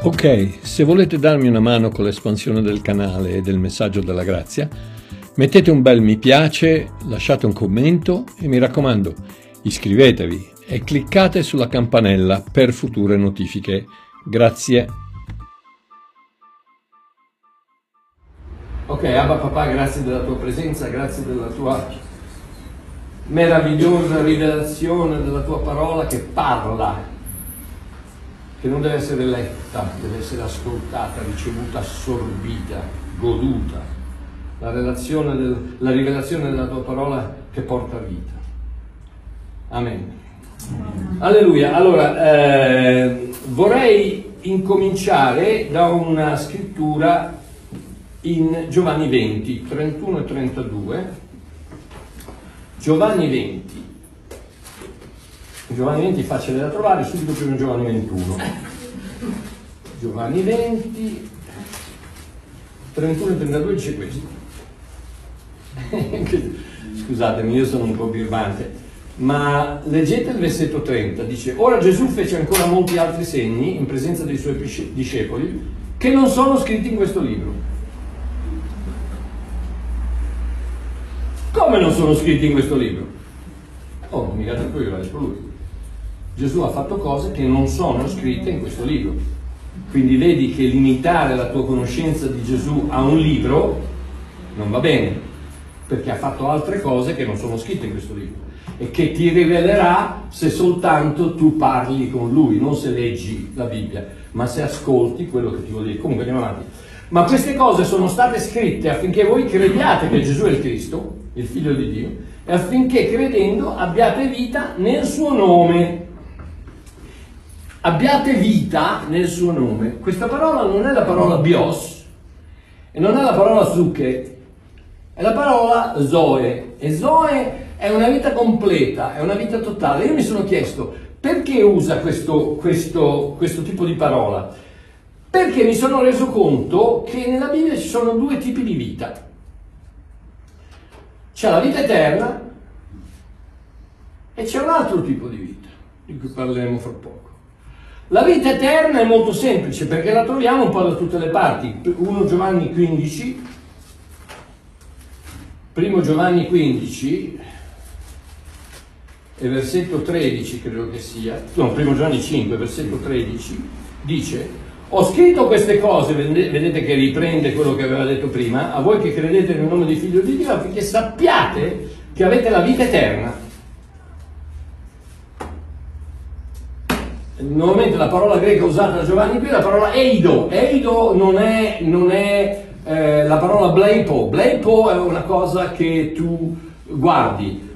Ok, se volete darmi una mano con l'espansione del canale e del messaggio della grazia, mettete un bel mi piace, lasciate un commento e mi raccomando, iscrivetevi e cliccate sulla campanella per future notifiche. Grazie. Ok, Abba Papà, grazie della tua presenza, grazie della tua meravigliosa rivelazione della tua parola che parla, che non deve essere letta, deve essere ascoltata, ricevuta, assorbita, goduta. La rivelazione della tua parola che porta vita. Amen. Alleluia. Allora, vorrei incominciare da una scrittura in Giovanni 20, 31 e 32. Giovanni 20. Giovanni 20 è facile da trovare, subito prima di Giovanni 21. Giovanni 20, 31 e 32 dice questo. Scusatemi, io sono un po' birbante, ma leggete il versetto 30, dice: ora Gesù fece ancora molti altri segni in presenza dei suoi discepoli che non sono scritti in questo libro. Come non sono scritti in questo libro? Oh, non mi date poi, l'ha detto lui. Gesù ha fatto cose che non sono scritte in questo libro. Quindi vedi che limitare la tua conoscenza di Gesù a un libro non va bene, perché ha fatto altre cose che non sono scritte in questo libro e che ti rivelerà se soltanto tu parli con lui, non se leggi la Bibbia, ma se ascolti quello che ti vuol dire. Comunque andiamo avanti. Ma queste cose sono state scritte affinché voi crediate che Gesù è il Cristo, il Figlio di Dio, e affinché credendo abbiate vita nel suo nome. Abbiate vita nel suo nome. Questa parola non è la parola bios e non è la parola zucche, è la parola zoe. E zoe è una vita completa, è una vita totale. Io mi sono chiesto perché usa questo tipo di parola. Perché mi sono reso conto che nella Bibbia ci sono due tipi di vita. C'è la vita eterna e c'è un altro tipo di vita, di cui parleremo fra poco. La vita eterna è molto semplice perché la troviamo un po' da tutte le parti. 1 Giovanni 15, primo Giovanni 15 e versetto 13 credo che sia, no, 1 Giovanni 5, versetto 13, dice: ho scritto queste cose, vedete che riprende quello che aveva detto prima, a voi che credete nel nome del Figlio di Dio, affinché sappiate che avete la vita eterna. Nuovamente la parola greca usata da Giovanni qui è la parola eido. Eido non è la parola bleipo. Bleipo è una cosa che tu guardi.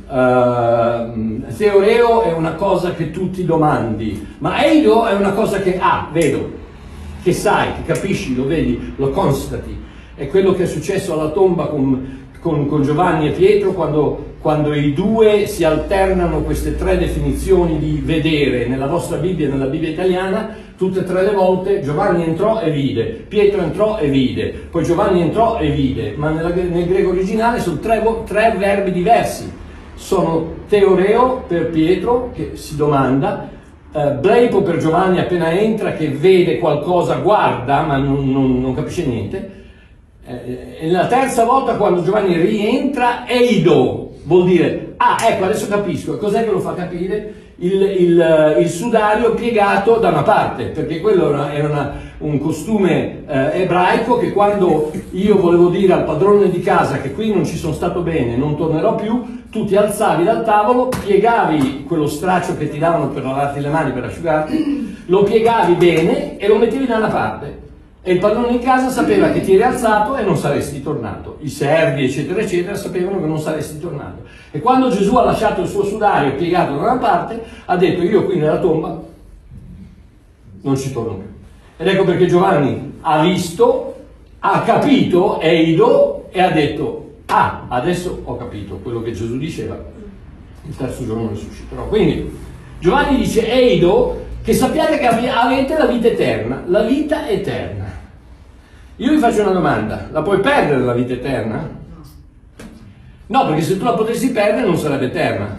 Theoreo è una cosa che tu ti domandi. Ma eido è una cosa che vedo, che sai, che capisci, lo vedi, lo constati. È quello che è successo alla tomba con Giovanni e Pietro quando i due si alternano queste tre definizioni di vedere nella vostra Bibbia e nella Bibbia italiana. Tutte e tre le volte Giovanni entrò e vide, Pietro entrò e vide, poi Giovanni entrò e vide, ma nel greco originale sono tre verbi diversi. Sono theoreo per Pietro che si domanda, bleipo per Giovanni appena entra che vede qualcosa, guarda ma non capisce niente. E la terza volta quando Giovanni rientra, eido, vuol dire, ecco adesso capisco. E cos'è che lo fa capire? Il sudario piegato da una parte, perché quello era un costume ebraico che quando io volevo dire al padrone di casa che qui non ci sono stato bene, non tornerò più, tu ti alzavi dal tavolo, piegavi quello straccio che ti davano per lavarti le mani, per asciugarti, lo piegavi bene e lo mettevi da una parte. E il padrone di casa sapeva che ti eri alzato e non saresti tornato. I servi, eccetera, eccetera, sapevano che non saresti tornato. E quando Gesù ha lasciato il suo sudario piegato da una parte, ha detto: io qui nella tomba non ci torno più. Ed ecco perché Giovanni ha visto, ha capito, eido, e ha detto: adesso ho capito quello che Gesù diceva, il terzo giorno risusciterò. Quindi Giovanni dice: eido, che sappiate che avete la vita eterna. La vita eterna. Io vi faccio una domanda: la puoi perdere la vita eterna? No, perché se tu la potessi perdere non sarebbe eterna.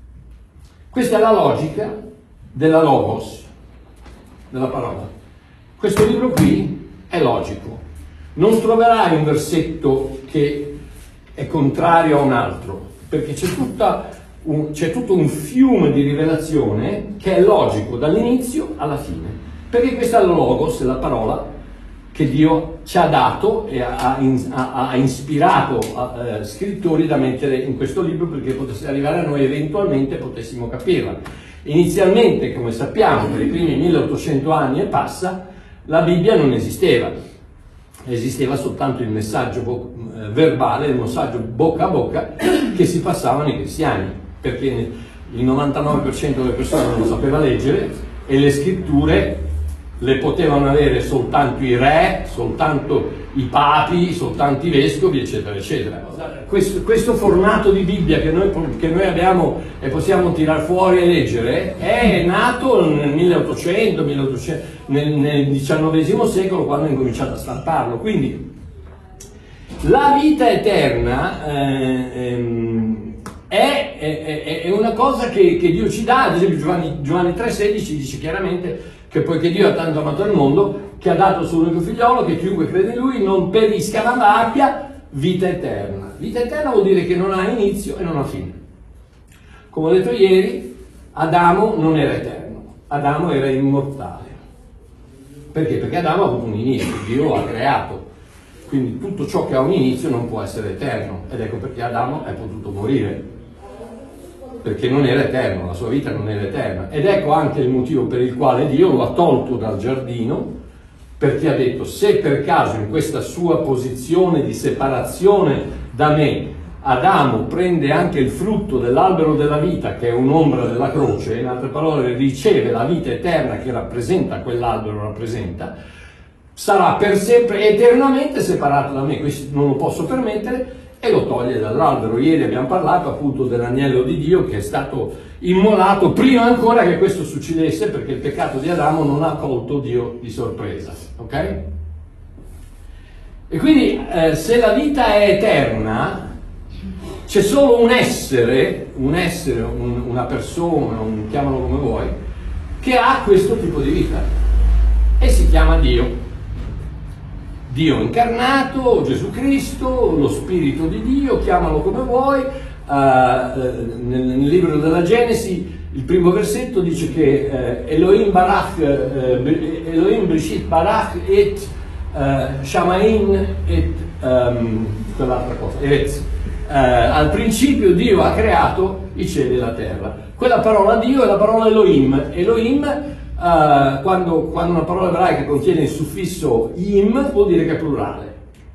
Questa è la logica della logos, della parola. questo libro qui è logico. Non troverai un versetto che è contrario a un altro, perché c'è tutto un fiume di rivelazione che è logico dall'inizio alla fine, perché questa è la Logos, la parola che Dio ci ha dato e ha ispirato scrittori da mettere in questo libro perché potesse arrivare a noi eventualmente potessimo capirla. Inizialmente, come sappiamo, per i primi 1800 anni e passa, la Bibbia non esisteva, esisteva soltanto il messaggio verbale, il messaggio bocca a bocca che si passavano ai cristiani, perché il 99% delle persone non lo sapeva leggere e le scritture le potevano avere soltanto i re, soltanto i papi, soltanto i vescovi, eccetera, eccetera. Questo formato di Bibbia che noi abbiamo e possiamo tirar fuori e leggere è nato nel 1800, nel XIX secolo, quando hanno incominciato a stamparlo. Quindi la vita eterna è una cosa che Dio ci dà. Ad esempio Giovanni 3,16 dice chiaramente che poiché Dio ha tanto amato il mondo che ha dato il suo unico figliolo, che chiunque crede in lui non perisca ma abbia vita eterna. Vita eterna vuol dire che non ha inizio e non ha fine. Come ho detto ieri, Adamo non era eterno, Adamo era immortale. Perché? Perché Adamo ha avuto un inizio, Dio ha creato. Quindi tutto ciò che ha un inizio non può essere eterno, ed ecco perché Adamo è potuto morire, perché non era eterno, la sua vita non era eterna. Ed ecco anche il motivo per il quale Dio lo ha tolto dal giardino, perché ha detto: se per caso in questa sua posizione di separazione da me Adamo prende anche il frutto dell'albero della vita, che è un'ombra della croce, in altre parole riceve la vita eterna che rappresenta, quell'albero rappresenta, sarà per sempre eternamente separato da me, questo non lo posso permettere, e lo toglie dall'albero. Ieri abbiamo parlato appunto dell'agnello di Dio che è stato immolato prima ancora che questo succedesse, perché il peccato di Adamo non ha colto Dio di sorpresa, ok? E quindi se la vita è eterna, c'è solo un essere, una persona, chiamalo come vuoi, che ha questo tipo di vita e si chiama Dio. Dio incarnato, Gesù Cristo, lo Spirito di Dio, chiamalo come vuoi. Nel libro della Genesi, il primo versetto dice che Elohim Brishit Barach et Shamain et quell'altra cosa, Eretz. Al principio Dio ha creato i cieli e la terra. Quella parola Dio è la parola Elohim. Elohim, quando una parola ebraica contiene il suffisso im, vuol dire che è plurale.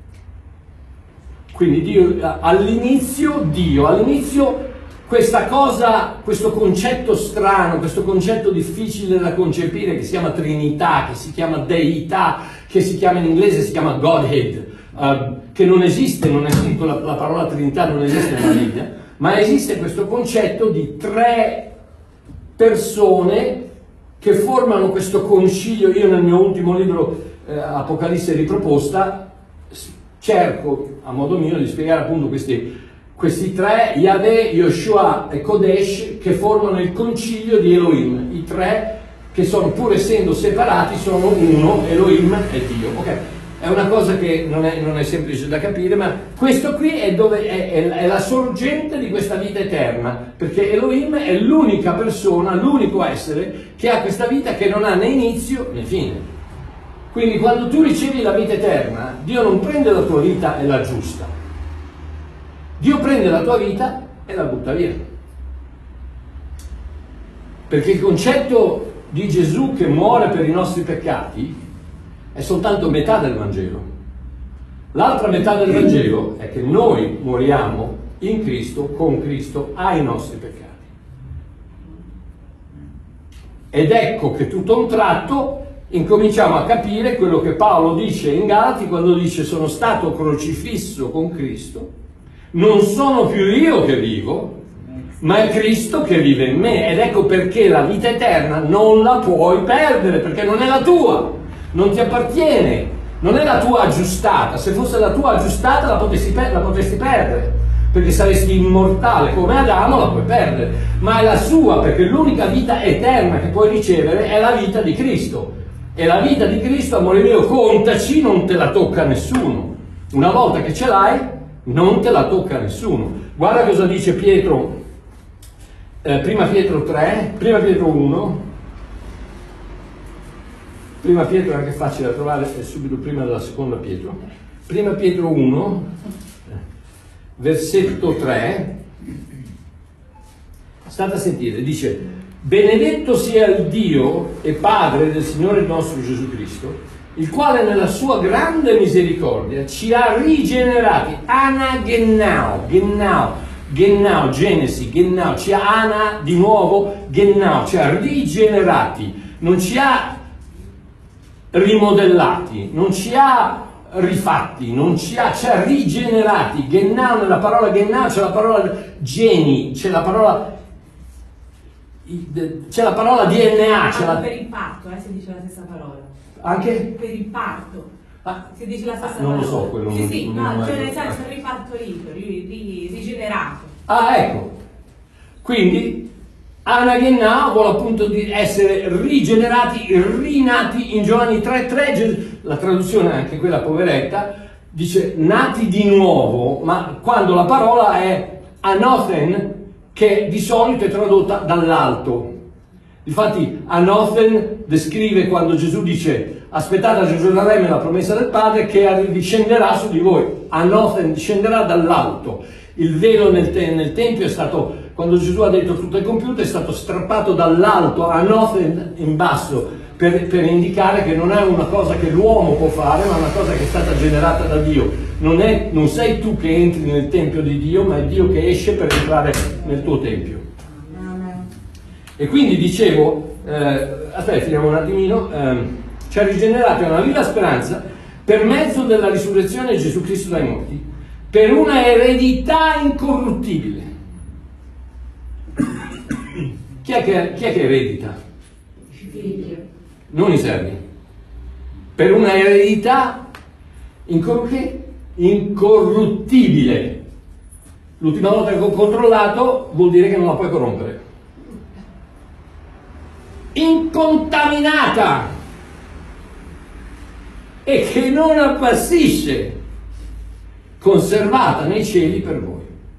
Quindi Dio, all'inizio questa cosa, questo concetto strano, questo concetto difficile da concepire che si chiama Trinità, che si chiama Deità, che si chiama in inglese si chiama Godhead, che non esiste, non è scritto la parola Trinità, non esiste nella Bibbia, ma esiste questo concetto di tre persone che formano questo concilio. Io nel mio ultimo libro, Apocalisse riproposta, cerco a modo mio di spiegare appunto questi tre, Yahweh, Yoshua e Kodesh, che formano il concilio di Elohim. I tre che sono, pur essendo separati, sono uno, Elohim e Dio. Okay. È una cosa che non è semplice da capire, ma questo qui è la sorgente di questa vita eterna, perché Elohim è l'unica persona, l'unico essere che ha questa vita che non ha né inizio né fine. Quindi quando tu ricevi la vita eterna, Dio non prende la tua vita e la aggiusta. Dio prende la tua vita e la butta via. Perché il concetto di Gesù che muore per i nostri peccati è soltanto metà del Vangelo. L'altra metà del Vangelo è che noi moriamo in Cristo, con Cristo, ai nostri peccati. Ed ecco che tutto a un tratto incominciamo a capire quello che Paolo dice in Galati quando dice: sono stato crocifisso con Cristo, non sono più io che vivo, ma è Cristo che vive in me. Ed ecco perché la vita eterna non la puoi perdere, perché non è la tua, non ti appartiene, non è la tua aggiustata. Se fosse la tua aggiustata la potresti perdere, perché saresti immortale come Adamo, la puoi perdere, ma è la sua, perché l'unica vita eterna che puoi ricevere è la vita di Cristo. E la vita di Cristo, amore mio, contaci, non te la tocca nessuno. Una volta che ce l'hai, non te la tocca nessuno. Guarda cosa dice Pietro, prima Pietro 3, prima Pietro 1, prima Pietro è anche facile da trovare, è subito prima della seconda Pietro, prima Pietro 1, versetto 3, state a sentire, dice: benedetto sia il Dio e Padre del Signore nostro Gesù Cristo, il quale nella sua grande misericordia ci ha rigenerati, anagennao, gennao, Genesi, gennao, ci ha ana di nuovo, gennao, ci ha rigenerati, non ci ha rimodellati, non ci ha rifatti, ci ha rigenerati. Gennao, nella parola gennao c'è la parola geni, c'è la parola DNA, per il parto, si dice la stessa parola. Anche? Per il parto. Si dice la stessa non parola. lo so, quello Sì, non cioè nel senso ripartorito, rigenerato. Ecco. Quindi anagennao vuole appunto essere rigenerati, rinati. In Giovanni 3,3, la traduzione, anche quella poveretta, dice nati di nuovo, ma quando la parola è anothen, che di solito è tradotta dall'alto. Difatti anothen descrive quando Gesù dice: aspettate a Gerusalemme la promessa del Padre che discenderà su di voi. Anothen discenderà dall'alto. Il velo nel Tempio è stato, quando Gesù ha detto tutto è compiuto, è stato strappato dall'alto, anothen in basso, per indicare che non è una cosa che l'uomo può fare, ma una cosa che è stata generata da Dio. Non sei tu che entri nel Tempio di Dio, ma è Dio che esce per entrare nel tuo Tempio. E quindi dicevo, aspetta, finiamo un attimino, ci ha rigenerato una viva speranza per mezzo della risurrezione di Gesù Cristo dai morti, per una eredità incorruttibile. Chi è che eredita? Non i servi. Per una eredità incorruttibile. L'ultima volta che ho controllato vuol dire che non la puoi corrompere. Incontaminata e che non appassisce, conservata nei cieli per voi.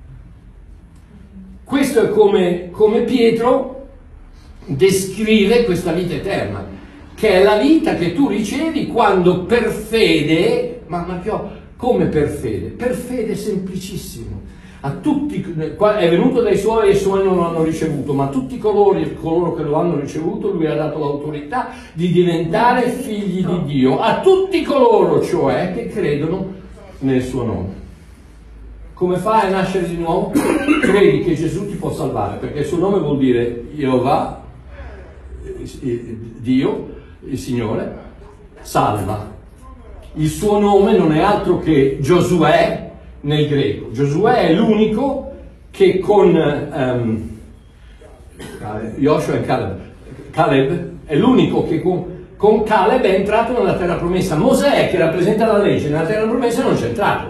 Questo è come Pietro descrive questa vita eterna, che è la vita che tu ricevi quando per fede, ma come per fede? Per fede semplicissimo. A tutti, è venuto dai suoi e i suoi non lo hanno ricevuto, ma a tutti coloro che lo hanno ricevuto lui ha dato l'autorità di diventare figli di Dio, a tutti coloro cioè che credono nel suo nome. Come fai a nascere di nuovo? Credi che Gesù ti può salvare, perché il suo nome vuol dire Jehovah, Dio, il Signore, salva. Il suo nome non è altro che Giosuè nel greco. Giosuè è l'unico che con Joshua e Caleb è l'unico che con Caleb è entrato nella terra promessa. Mosè, che rappresenta la legge, nella terra promessa non c'è entrato.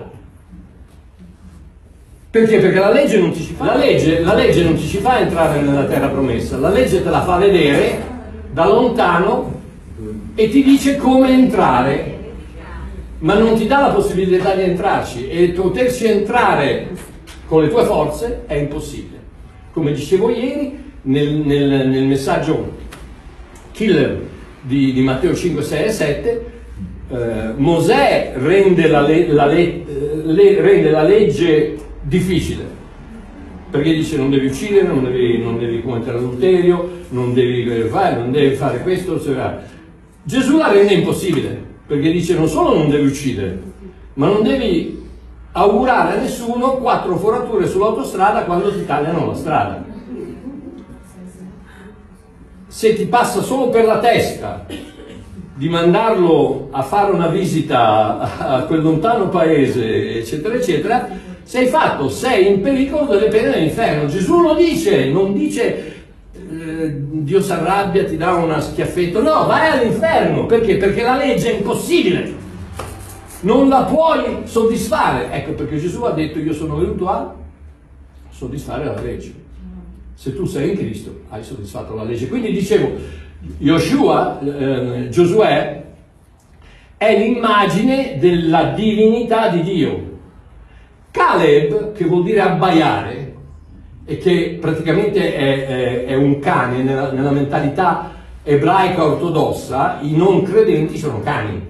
Perché? Perché la legge non ti ci fa entrare nella terra promessa, la legge te la fa vedere da lontano e ti dice come entrare, ma non ti dà la possibilità di entrarci, e poterci entrare con le tue forze è impossibile. Come dicevo ieri nel messaggio killer di Matteo 5, 6 e 7, Mosè rende la legge difficile, perché dice non devi uccidere, non devi commettere adulterio, non devi fare questo. Gesù la rende impossibile, perché dice non solo non devi uccidere, ma non devi augurare a nessuno 4 forature sull'autostrada quando ti tagliano la strada. Se ti passa solo per la testa di mandarlo a fare una visita a quel lontano paese, eccetera, eccetera, sei in pericolo delle pene dell'inferno. Gesù lo dice, non dice Dio si arrabbia, ti dà una schiaffetto, no, vai all'inferno. Perché? Perché la legge è impossibile, non la puoi soddisfare. Ecco perché Gesù ha detto io sono venuto a soddisfare la legge. Se tu sei in Cristo hai soddisfatto la legge. Quindi dicevo, Giosuè, è l'immagine della divinità di Dio. Caleb, che vuol dire abbaiare, e che praticamente è un cane nella mentalità ebraica ortodossa, i non credenti sono cani.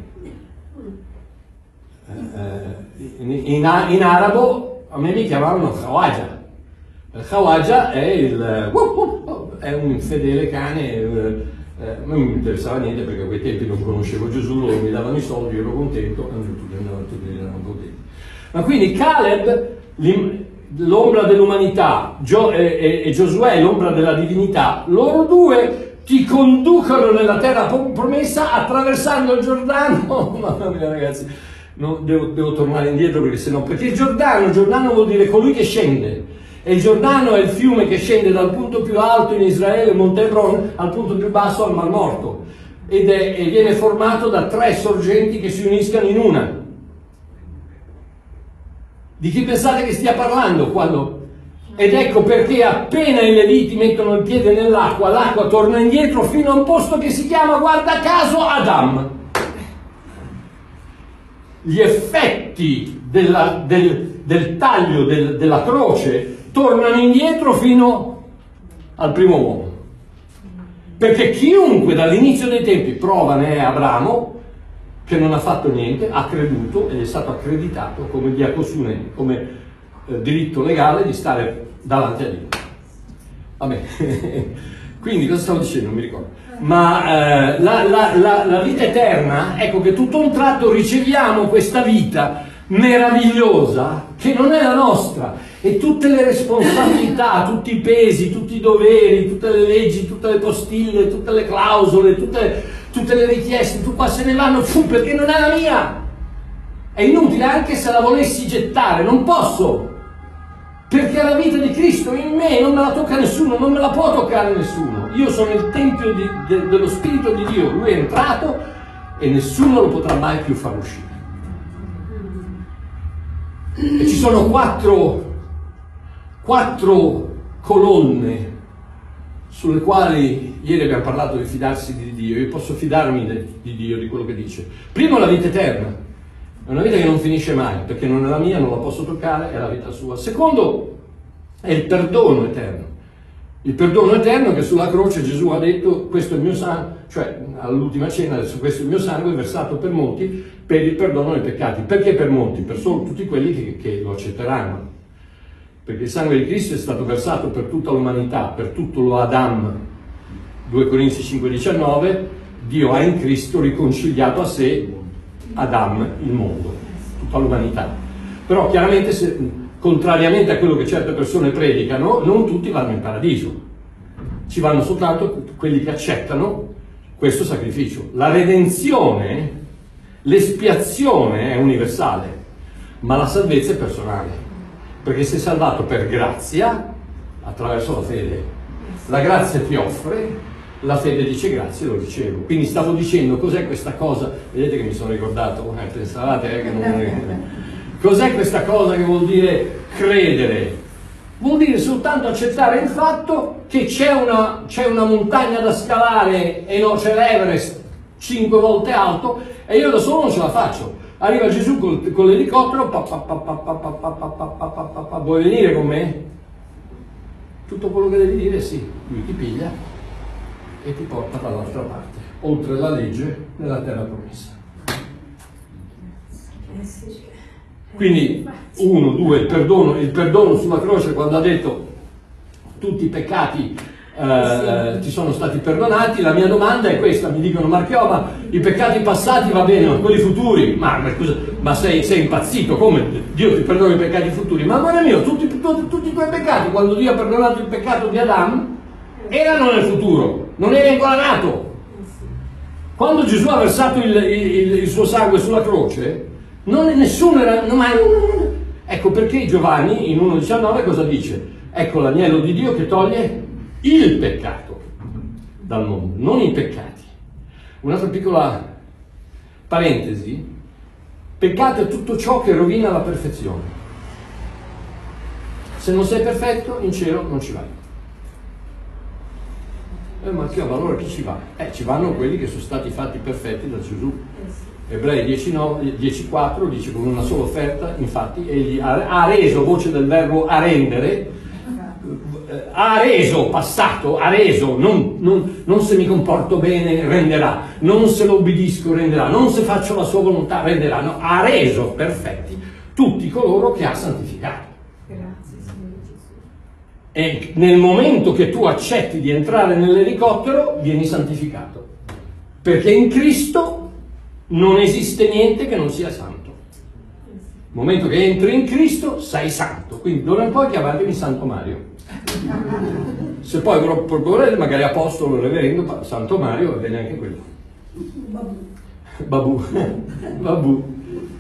In arabo a me mi chiamavano Khawaja. Il Khawaja è un infedele cane. Non mi interessava niente, perché a quei tempi non conoscevo Gesù, loro mi davano i soldi, io ero contento, tutti erano contenti. Ma quindi Caleb, l'ombra dell'umanità, e Giosuè, l'ombra della divinità, loro due ti conducono nella terra promessa attraversando il Giordano. Mamma mia, ragazzi, no, devo tornare indietro, perché il Giordano vuol dire colui che scende. E il Giordano è il fiume che scende dal punto più alto in Israele, Monte Hebron, al punto più basso, al Mar Morto, e viene formato da 3 sorgenti che si uniscono in una. Di chi pensate che stia parlando quando? Ed ecco perché appena i Leviti mettono il piede nell'acqua, l'acqua torna indietro fino a un posto che si chiama, guarda caso, Adam. Gli effetti del taglio della croce tornano indietro fino al primo uomo, perché chiunque dall'inizio dei tempi, prova ne è Abramo, che non ha fatto niente, ha creduto ed è stato accreditato come diacosune, come diritto legale di stare davanti a Dio. Vabbè, quindi cosa stavo dicendo? Non mi ricordo. Ma la vita eterna, ecco che tutto a un tratto riceviamo questa vita meravigliosa che non è la nostra, e tutte le responsabilità, tutti i pesi, tutti i doveri, tutte le leggi, tutte le postille, tutte le clausole, tutte le richieste, tu qua se ne vanno, perché non è la mia. È inutile, anche se la volessi gettare, non posso, perché la vita di Cristo in me non me la tocca nessuno, non me la può toccare nessuno. Io sono il tempio dello Spirito di Dio, lui è entrato e nessuno lo potrà mai più far uscire. E ci sono quattro colonne sulle quali ieri abbiamo parlato di fidarsi di Dio. Io posso fidarmi di Dio, di quello che dice. Primo, la vita eterna, è una vita che non finisce mai, perché non è la mia, non la posso toccare, è la vita sua. Secondo, è il perdono eterno. Il perdono eterno che sulla croce Gesù ha detto, questo è il mio sangue, cioè all'ultima cena, adesso questo è il mio sangue versato per molti per il perdono dei peccati. Perché per molti? Per solo tutti quelli che lo accetteranno. Perché il sangue di Cristo è stato versato per tutta l'umanità, per tutto lo Adam. 2 Corinzi 5,19, Dio ha in Cristo riconciliato a sé Adam, il mondo, tutta l'umanità. Però chiaramente, contrariamente a quello che certe persone predicano, non tutti vanno in paradiso. Ci vanno soltanto quelli che accettano questo sacrificio. La redenzione, l'espiazione è universale, ma la salvezza è personale. Perché sei salvato per grazia, attraverso la fede. La grazia ti offre, la fede dice grazie, lo ricevo. Quindi stavo dicendo, cos'è questa cosa? Vedete che mi sono ricordato, pensavate che non... Cos'è questa cosa che vuol dire credere? Vuol dire soltanto accettare il fatto che c'è una montagna da scalare, e no, c'è l'Everest 5 volte alto, e io da solo non ce la faccio. Arriva Gesù con l'elicottero, vuoi venire con me? Tutto quello che devi dire è sì, lui ti piglia e ti porta dall'altra parte, oltre la legge, nella terra promessa. Quindi, 1, 2, il perdono sulla croce, quando ha detto tutti i peccati ti sono stati perdonati. La mia domanda è questa, mi dicono: Marchio, ma i peccati passati va bene, ma quelli futuri? Ma sei impazzito? Come? Dio ti perdona i peccati futuri? Ma amore mio, tutti i tuoi peccati, quando Dio ha perdonato il peccato di Adam, erano nel futuro, non eri ancora nato. Quando Gesù ha versato il suo sangue sulla croce, nessuno era mai. Ecco perché Giovanni in 1,19 cosa dice? Ecco l'agnello di Dio che toglie il peccato dal mondo, non i peccati. Un'altra piccola parentesi: peccato è tutto ciò che rovina la perfezione. Se non sei perfetto, in cielo non ci vai. Ma che allora chi ci va? Ci vanno quelli che sono stati fatti perfetti da Gesù. Ebrei 10:4 dice: con una sola offerta, infatti, egli ha reso, voce del verbo arrendere, ha reso, passato, ha reso, non se mi comporto bene renderà, non se lo obbedisco renderà, non se faccio la sua volontà renderà, no, ha reso perfetti tutti coloro che ha santificato. Grazie, Signore Gesù. E nel momento che tu accetti di entrare nell'elicottero, vieni santificato, perché in Cristo non esiste niente che non sia santo. Nel momento che entri in Cristo sei santo, quindi d'ora in poi chiamatemi Santo Mario. Se poi volete magari apostolo, reverendo, Santo Mario, va bene anche quello. Babù. Babù.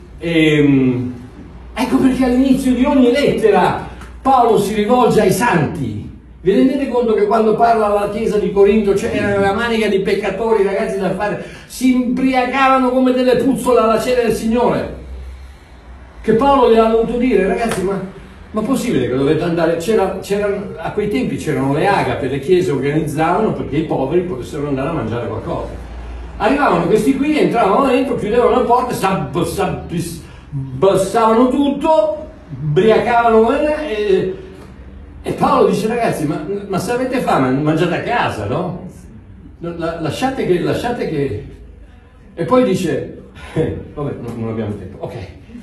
Ecco perché all'inizio di ogni lettera Paolo si rivolge ai santi. Vi rendete conto che quando parla alla chiesa di Corinto c'era una manica di peccatori, ragazzi da fare, si imbriacavano come delle puzzole alla cena del Signore, che Paolo gli ha dovuto dire: ragazzi, ma possibile che dovete andare? A quei tempi c'erano le agape, le chiese organizzavano perché i poveri potessero andare a mangiare qualcosa. Arrivavano questi qui, entravano dentro, chiudevano le porte, abbassavano tutto, ubriacavano e Paolo dice: ragazzi, ma se avete fame mangiate a casa, no? Lasciate che... E poi dice, vabbè, non abbiamo tempo, ok.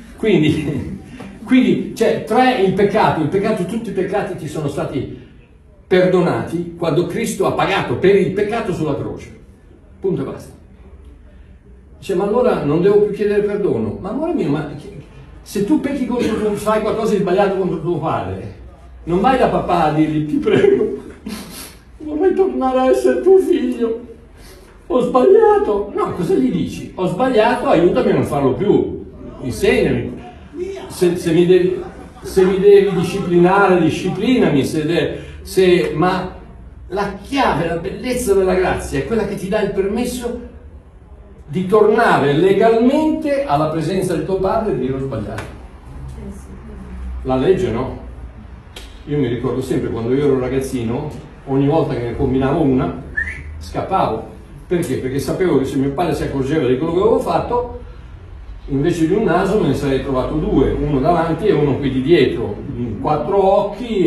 Quindi cioè, il peccato, tutti i peccati ti sono stati perdonati quando Cristo ha pagato per il peccato sulla croce. Punto e basta. Dice: ma allora non devo più chiedere perdono. Ma amore mio, se tu pecchi contro, fai qualcosa di sbagliato contro tuo padre, non vai da papà a dirgli: ti prego, vorrei tornare a essere tuo figlio, ho sbagliato. No, cosa gli dici? Ho sbagliato, aiutami a non farlo più, insegnami. Se mi devi disciplinare, disciplinami. Ma la chiave, la bellezza della grazia è quella che ti dà il permesso di tornare legalmente alla presenza di tuo padre e di dire: ho sbagliato. La legge no. Io mi ricordo sempre quando io ero ragazzino, ogni volta che ne combinavo una, scappavo. Perché? Perché sapevo che se mio padre si accorgeva di quello che avevo fatto, invece di un naso me ne sarei trovato due, uno davanti e uno qui di dietro, 4 occhi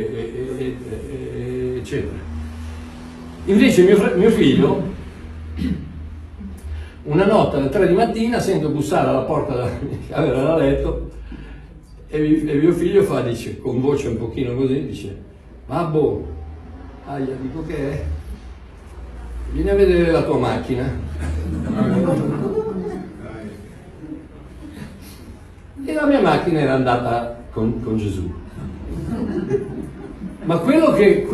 eccetera. Invece mio figlio, una notte alle 3 di mattina sento bussare alla porta della camera da letto e mio figlio dice con voce un pochino così, dice: babbo, aia, dico che è? Vieni a vedere la tua macchina. E la mia macchina era andata con Gesù. Ma quello che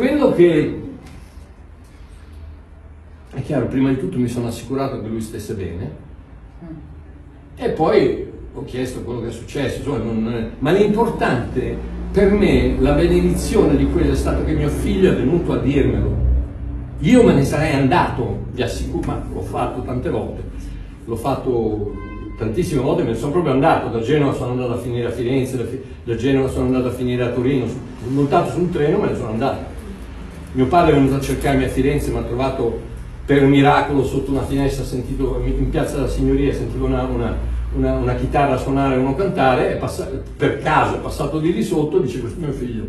è chiaro, prima di tutto mi sono assicurato che lui stesse bene e poi ho chiesto quello che è successo, ma l'importante per me, la benedizione di quello è stato che mio figlio è venuto a dirmelo. Io me ne sarei andato, vi assicuro, ma l'ho fatto tante volte, l'ho fatto tantissime volte, me ne sono proprio andato. Da Genova sono andato a finire a Firenze, da Genova sono andato a finire a Torino, sono montato su un treno, me ne sono andato. Mio padre è venuto a cercarmi a Firenze, mi ha trovato per miracolo sotto una finestra, sentito in Piazza della Signoria, sentivo una chitarra suonare e uno cantare, per caso è passato di lì sotto, dice: questo è mio figlio.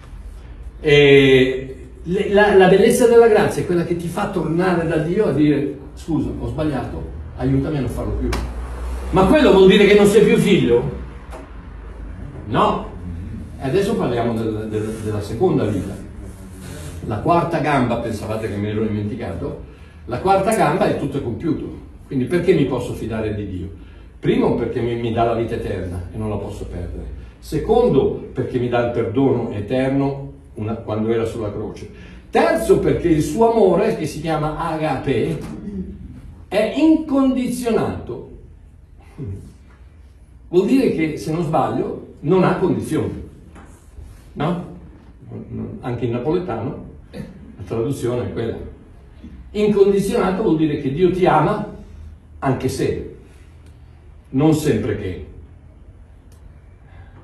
E la bellezza della grazia è quella che ti fa tornare da Dio a dire: scusa, ho sbagliato, aiutami a non farlo più. Ma quello vuol dire che non sei più figlio? No. E adesso parliamo della seconda vita. La quarta gamba, pensavate che me l'ero dimenticato, la quarta gamba è tutto compiuto. Quindi perché mi posso fidare di Dio? Primo, perché mi dà la vita eterna e non la posso perdere. Secondo, perché mi dà il perdono eterno quando era sulla croce. Terzo, perché il suo amore, che si chiama agape, è incondizionato. Vuol dire che, se non sbaglio, non ha condizioni. No? Anche in napoletano la traduzione è quella. Incondizionato vuol dire che Dio ti ama anche se, non sempre che.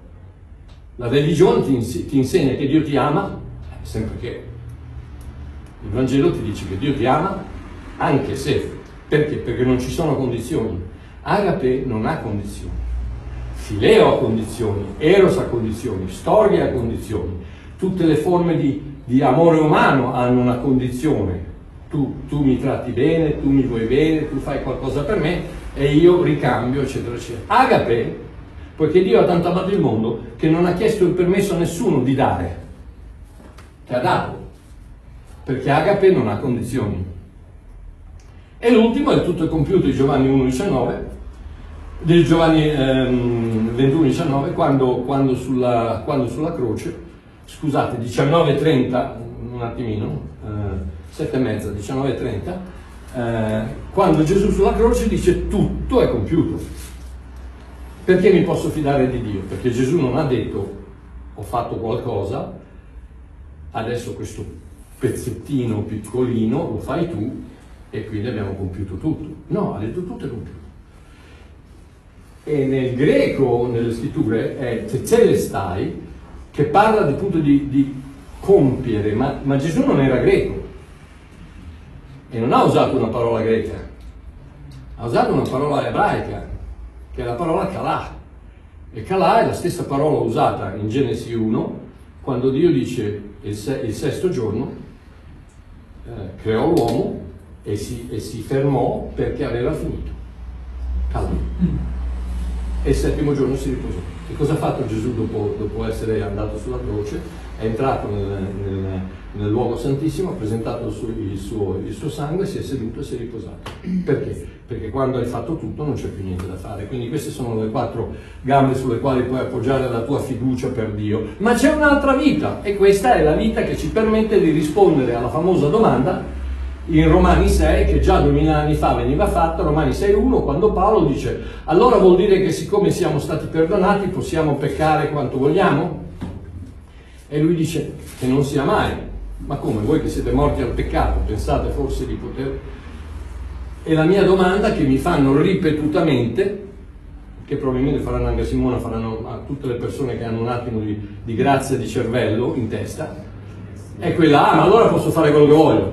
La religione ti insegna che Dio ti ama sempre che. Il Vangelo ti dice che Dio ti ama anche se. Perché? Perché non ci sono condizioni. Agape non ha condizioni. Fileo ha condizioni, Eros ha condizioni, Storge ha condizioni. Tutte le forme di amore umano hanno una condizione. Tu mi tratti bene, tu mi vuoi bene, tu fai qualcosa per me e io ricambio, eccetera, eccetera. Agape, poiché Dio ha tanto amato il mondo che non ha chiesto il permesso a nessuno di dare, che ha dato, perché agape non ha condizioni. E l'ultimo è tutto compiuto di Giovanni 1,19, di Giovanni 21,19, quando sulla croce, scusate, 19,30, un attimino, 7:30, 19:30, quando Gesù sulla croce dice tutto è compiuto. Perché mi posso fidare di Dio? Perché Gesù non ha detto ho fatto qualcosa, adesso questo pezzettino piccolino lo fai tu e quindi abbiamo compiuto tutto. No, ha detto tutto è compiuto. E nel greco, nelle scritture, è tetelestai, che parla del punto di compiere, ma Gesù non era greco. E non ha usato una parola greca, ha usato una parola ebraica, che è la parola kalà. E kalà è la stessa parola usata in Genesi 1, quando Dio dice il sesto giorno creò l'uomo e si fermò perché aveva finito. Kalà. E il settimo giorno si riposò. E cosa ha fatto Gesù dopo essere andato sulla croce? È entrato nel luogo santissimo, ha presentato il suo sangue, si è seduto e si è riposato. Perché? Perché quando hai fatto tutto non c'è più niente da fare. Quindi queste sono le 4 gambe sulle quali puoi appoggiare la tua fiducia per Dio. Ma c'è un'altra vita, e questa è la vita che ci permette di rispondere alla famosa domanda in Romani 6, che già 2000 anni fa veniva fatta, Romani 6,1, quando Paolo dice allora vuol dire che siccome siamo stati perdonati possiamo peccare quanto vogliamo? E lui dice che non sia mai. Ma come? Voi che siete morti al peccato pensate forse di poter? E la mia domanda che mi fanno ripetutamente, che probabilmente faranno anche a Simona, faranno a tutte le persone che hanno un attimo di grazia di cervello in testa, è quella: ma allora posso fare quello che voglio?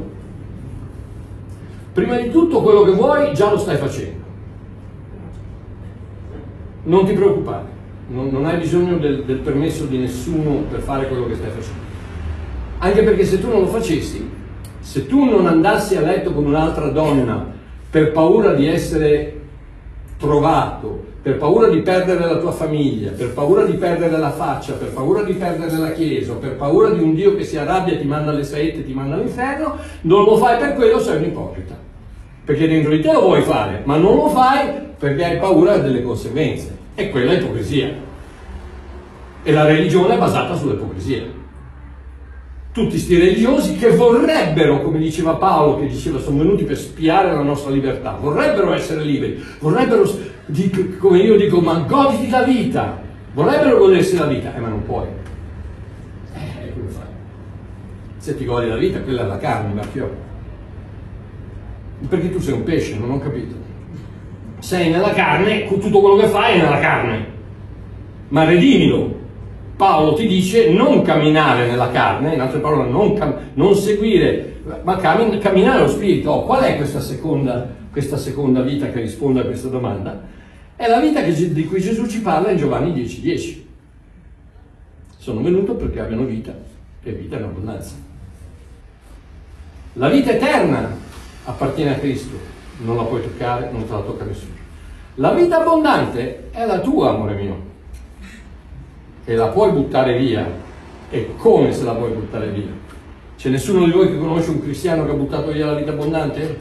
Prima di tutto quello che vuoi già lo stai facendo, non ti preoccupare, non hai bisogno del permesso di nessuno per fare quello che stai facendo, anche perché se tu non lo facessi, se tu non andassi a letto con un'altra donna per paura di essere trovato, per paura di perdere la tua famiglia, per paura di perdere la faccia, per paura di perdere la chiesa, per paura di un Dio che si arrabbia, ti manda le saette, ti manda all'inferno, non lo fai per quello, sei un ipocrita. Perché dentro di te lo vuoi fare, ma non lo fai perché hai paura delle conseguenze. E quella è ipocrisia. E la religione è basata sull'ipocrisia. Tutti sti religiosi che vorrebbero, come diceva Paolo, che diceva sono venuti per spiare la nostra libertà, vorrebbero essere liberi, vorrebbero, come io dico, ma goditi la vita, vorrebbero godersi la vita, ma non puoi. Come fai? Se ti godi la vita, quella è la carne, Marchio. Perché tu sei un pesce, non ho capito. Sei nella carne, tutto quello che fai è nella carne. Ma redimilo. Paolo ti dice non camminare nella carne, in altre parole non seguire, ma camminare allo spirito. Qual è questa seconda vita che risponde a questa domanda? È la vita di cui Gesù ci parla in Giovanni 10,10. Sono venuto perché abbiano vita e vita in abbondanza. La vita eterna appartiene a Cristo, non la puoi toccare, non te la tocca nessuno. La vita abbondante è la tua, amore mio, e la puoi buttare via. E come se la puoi buttare via? C'è nessuno di voi che conosce un cristiano che ha buttato via la vita abbondante?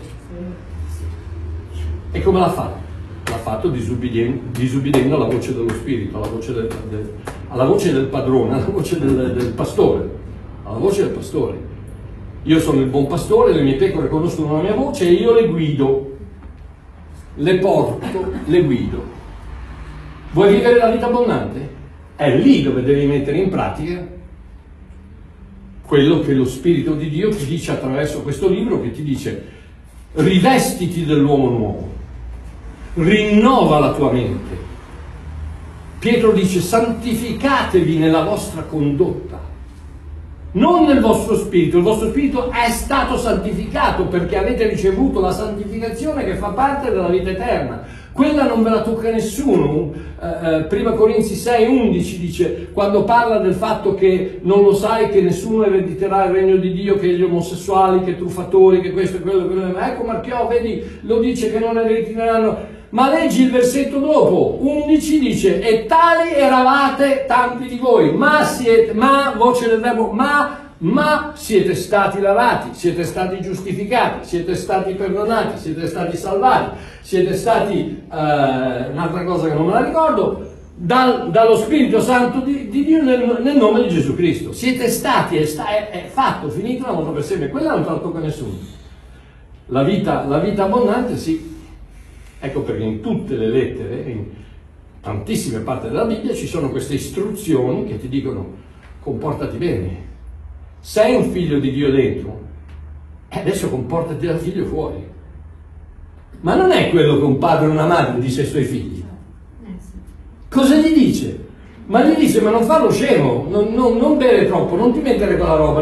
E come l'ha fatto? L'ha fatto disubbidendo alla voce dello Spirito, alla voce del padrone, alla voce del pastore, alla voce del pastore. Io sono il buon pastore, le mie pecore conoscono la mia voce e io le guido, le porto, le guido. Vuoi vivere la vita abbondante? È lì dove devi mettere in pratica quello che lo Spirito di Dio ti dice attraverso questo libro, che ti dice: rivestiti dell'uomo nuovo, rinnova la tua mente. Pietro dice: santificatevi nella vostra condotta. non nel vostro spirito. Il vostro spirito è stato santificato perché avete ricevuto la santificazione che fa parte della vita eterna. Quella non ve la tocca nessuno. Prima Corinzi 6:11 dice, quando parla del fatto che non lo sai che nessuno erediterà il regno di Dio, che gli omosessuali, che i truffatori, che questo e quello, ma ecco Marchiò, vedi, lo dice che non erediteranno. Ma leggi il versetto dopo, 11 dice, e tali eravate tanti di voi, voce del verbo, ma siete stati lavati, siete stati giustificati, siete stati perdonati, siete stati salvati, siete stati, un'altra cosa che non me la ricordo, dallo Spirito Santo di Dio nel nome di Gesù Cristo. Siete stati, è fatto, finito una volta per sempre. Quella non te la tocca nessuno. La vita abbondante, sì. Ecco perché in tutte le lettere, in tantissime parti della Bibbia, ci sono queste istruzioni che ti dicono comportati bene. Sei un figlio di Dio dentro, e adesso comportati da figlio fuori. Ma non è quello che un padre o una madre dice ai suoi figli. Cosa gli dice? Ma gli dice, ma non farlo scemo, non bere troppo, non ti mettere quella roba,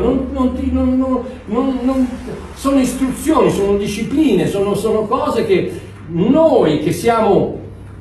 sono istruzioni, sono discipline, sono cose che noi che siamo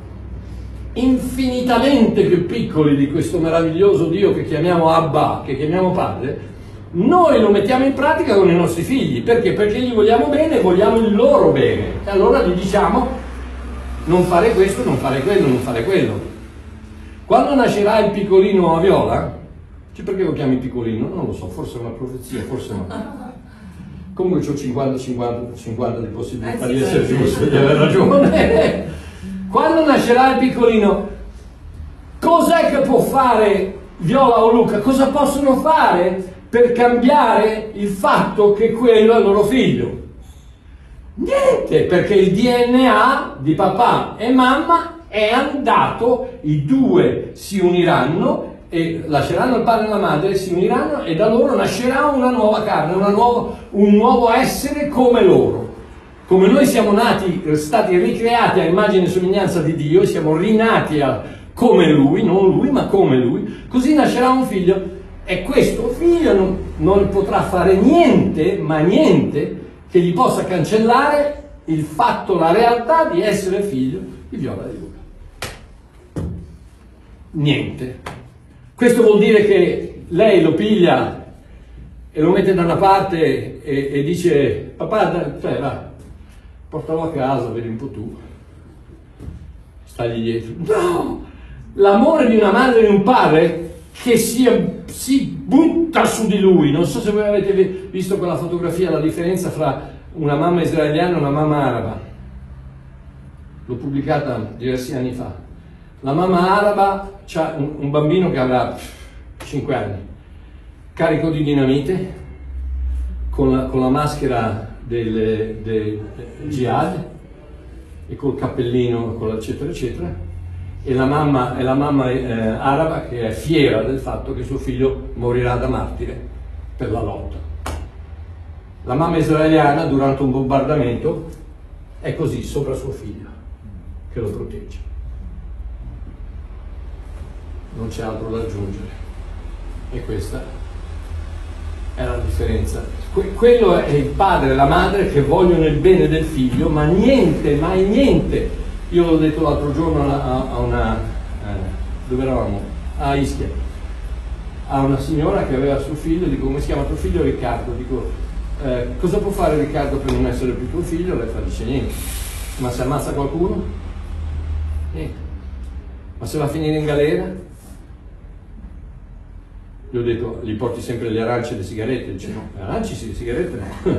infinitamente più piccoli di questo meraviglioso Dio che chiamiamo Abba, che chiamiamo Padre, noi lo mettiamo in pratica con i nostri figli. Perché? Perché gli vogliamo bene, vogliamo il loro bene. E allora gli diciamo non fare questo, non fare quello, non fare quello. Quando nascerà il piccolino a Viola, perché lo chiami piccolino? Non lo so, forse è una profezia, forse no. Comunque ho 50 di possibilità di essere giusto, di aver ragione. Quando nascerà il piccolino, cos'è che può fare Viola o Luca? Cosa possono fare per cambiare il fatto che quello è il loro figlio? Niente, perché il DNA di papà e mamma è andato, i due si uniranno e lasceranno il padre e la madre, si uniranno e da loro nascerà una nuova carne, un nuovo essere come loro. Come noi siamo stati ricreati a immagine e somiglianza di Dio, siamo rinati come Lui, non Lui ma come Lui, così nascerà un figlio e questo figlio non potrà fare niente, ma niente, che gli possa cancellare il fatto, la realtà di essere figlio di Viola e di Luca. Niente. Questo vuol dire che lei lo piglia e lo mette da una parte e dice, papà, va, portalo a casa, vedi un po' tu, stagli dietro. No! L'amore di una madre e di un padre che si butta su di lui. Non so se voi avete visto quella fotografia, la differenza fra una mamma israeliana e una mamma araba. L'ho pubblicata diversi anni fa. La mamma araba ha un bambino che avrà 5 anni, carico di dinamite, con la maschera del jihad e col cappellino, con eccetera eccetera, e la mamma araba che è fiera del fatto che suo figlio morirà da martire per la lotta. La mamma israeliana durante un bombardamento è così sopra suo figlio che lo protegge. Non c'è altro da aggiungere, e questa è la differenza. Quello è il padre e la madre che vogliono il bene del figlio, ma niente, mai niente. Io l'ho detto l'altro giorno a una dove eravamo? A Ischia, a una signora che aveva suo figlio. Dico, come si chiama tuo figlio? Riccardo. Dico, cosa può fare Riccardo per non essere più tuo figlio? Lei dice niente. Ma se ammazza qualcuno? Niente. Ma se va a finire in galera? Gli ho detto, gli porti sempre le arance e le sigarette? Dice no, le arance sì, le sigarette no.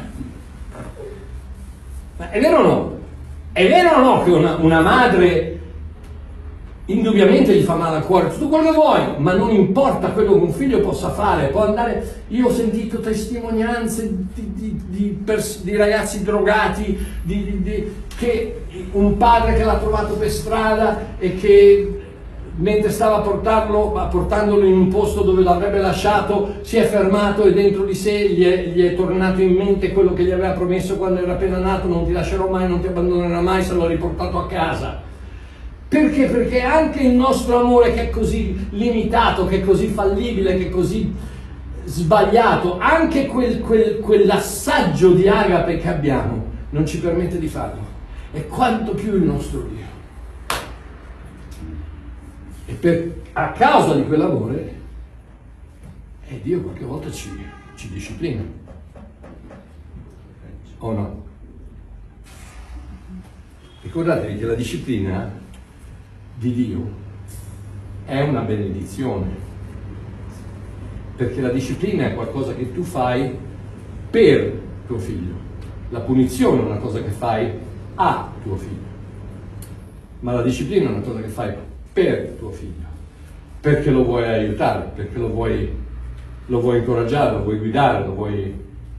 Ma è vero o no? È vero o no che una madre indubbiamente gli fa male al cuore, tutto quello che vuoi, ma non importa quello che un figlio possa fare, può andare. Io ho sentito testimonianze di ragazzi drogati, che un padre che l'ha trovato per strada e che mentre stava portandolo in un posto dove l'avrebbe lasciato, si è fermato e dentro di sé gli è tornato in mente quello che gli aveva promesso quando era appena nato: non ti lascerò mai, non ti abbandonerò mai. Se l'ho riportato a casa. Perché? Perché anche il nostro amore, che è così limitato, che è così fallibile, che è così sbagliato, anche quell'assaggio di agape che abbiamo non ci permette di farlo, e quanto più il nostro Dio. E a causa di quell'amore Dio qualche volta ci disciplina, o no? Ricordatevi che la disciplina di Dio è una benedizione, perché la disciplina è qualcosa che tu fai per tuo figlio, la punizione è una cosa che fai a tuo figlio, ma la disciplina è una cosa che fai per tuo figlio, perché lo vuoi aiutare, perché lo vuoi incoraggiare, lo vuoi guidare, lo vuoi...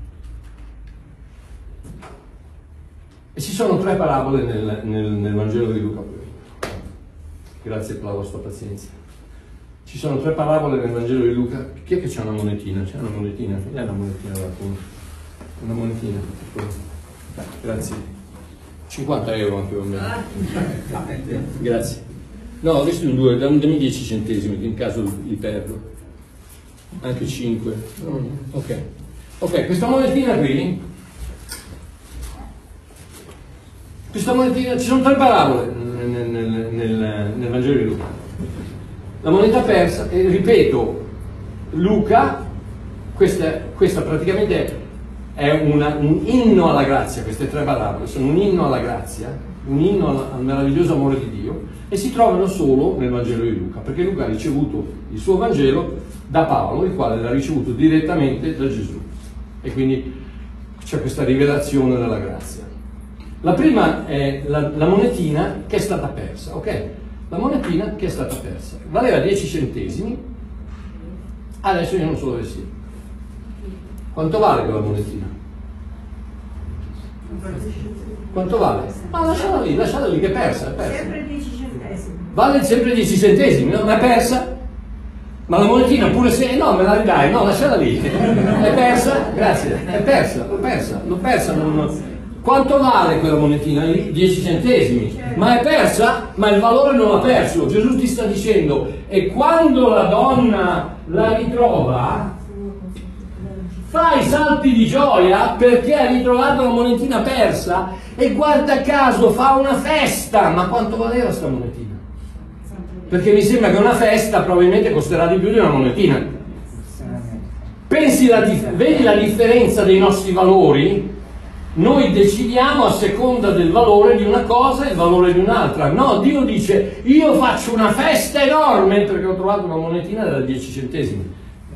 E ci sono 3 parabole nel Vangelo di Luca. Grazie per la vostra pazienza. Ci sono 3 parabole nel Vangelo di Luca. Chi è che c'ha una monetina? C'è una monetina? È una monetina da appunto. Una monetina. Grazie. 50 euro anche per me. Grazie. No, ho visto un 2, dammi 10 centesimi, che in caso li perdo. Anche 5. Ok, questa monetina qui. Questa monetina, ci sono 3 parabole nel Vangelo di Luca. La moneta persa, e ripeto, Luca, questa praticamente è un inno alla grazia, queste 3 parabole sono un inno alla grazia, un inno al meraviglioso amore di Dio, e si trovano solo nel Vangelo di Luca, perché Luca ha ricevuto il suo Vangelo da Paolo, il quale l'ha ricevuto direttamente da Gesù, e quindi c'è questa rivelazione della grazia. La prima è la monetina che è stata persa, ok? La monetina che è stata persa. Valeva 10 centesimi, adesso io non so dove sia. Quanto vale quella monetina? Quanto vale? Ma lasciala lì che è persa, Sempre 10 centesimi. Vale sempre 10 centesimi, no? Ma è persa? Ma la monetina pure se... No, me la ridai, no, lasciala lì. È persa? Grazie, è persa, l'ho persa, non... Quanto vale quella monetina lì? 10 centesimi. Ma è persa? Ma il valore non l'ha perso. Gesù ti sta dicendo, e quando la donna la ritrova, fai salti di gioia perché ha ritrovato la monetina persa, e guarda caso fa una festa. Ma quanto valeva sta monetina? Perché mi sembra che una festa probabilmente costerà di più di una monetina. Vedi la differenza dei nostri valori? Noi decidiamo a seconda del valore di una cosa e il valore di un'altra. No, Dio dice, io faccio una festa enorme perché ho trovato una monetina da 10 centesimi.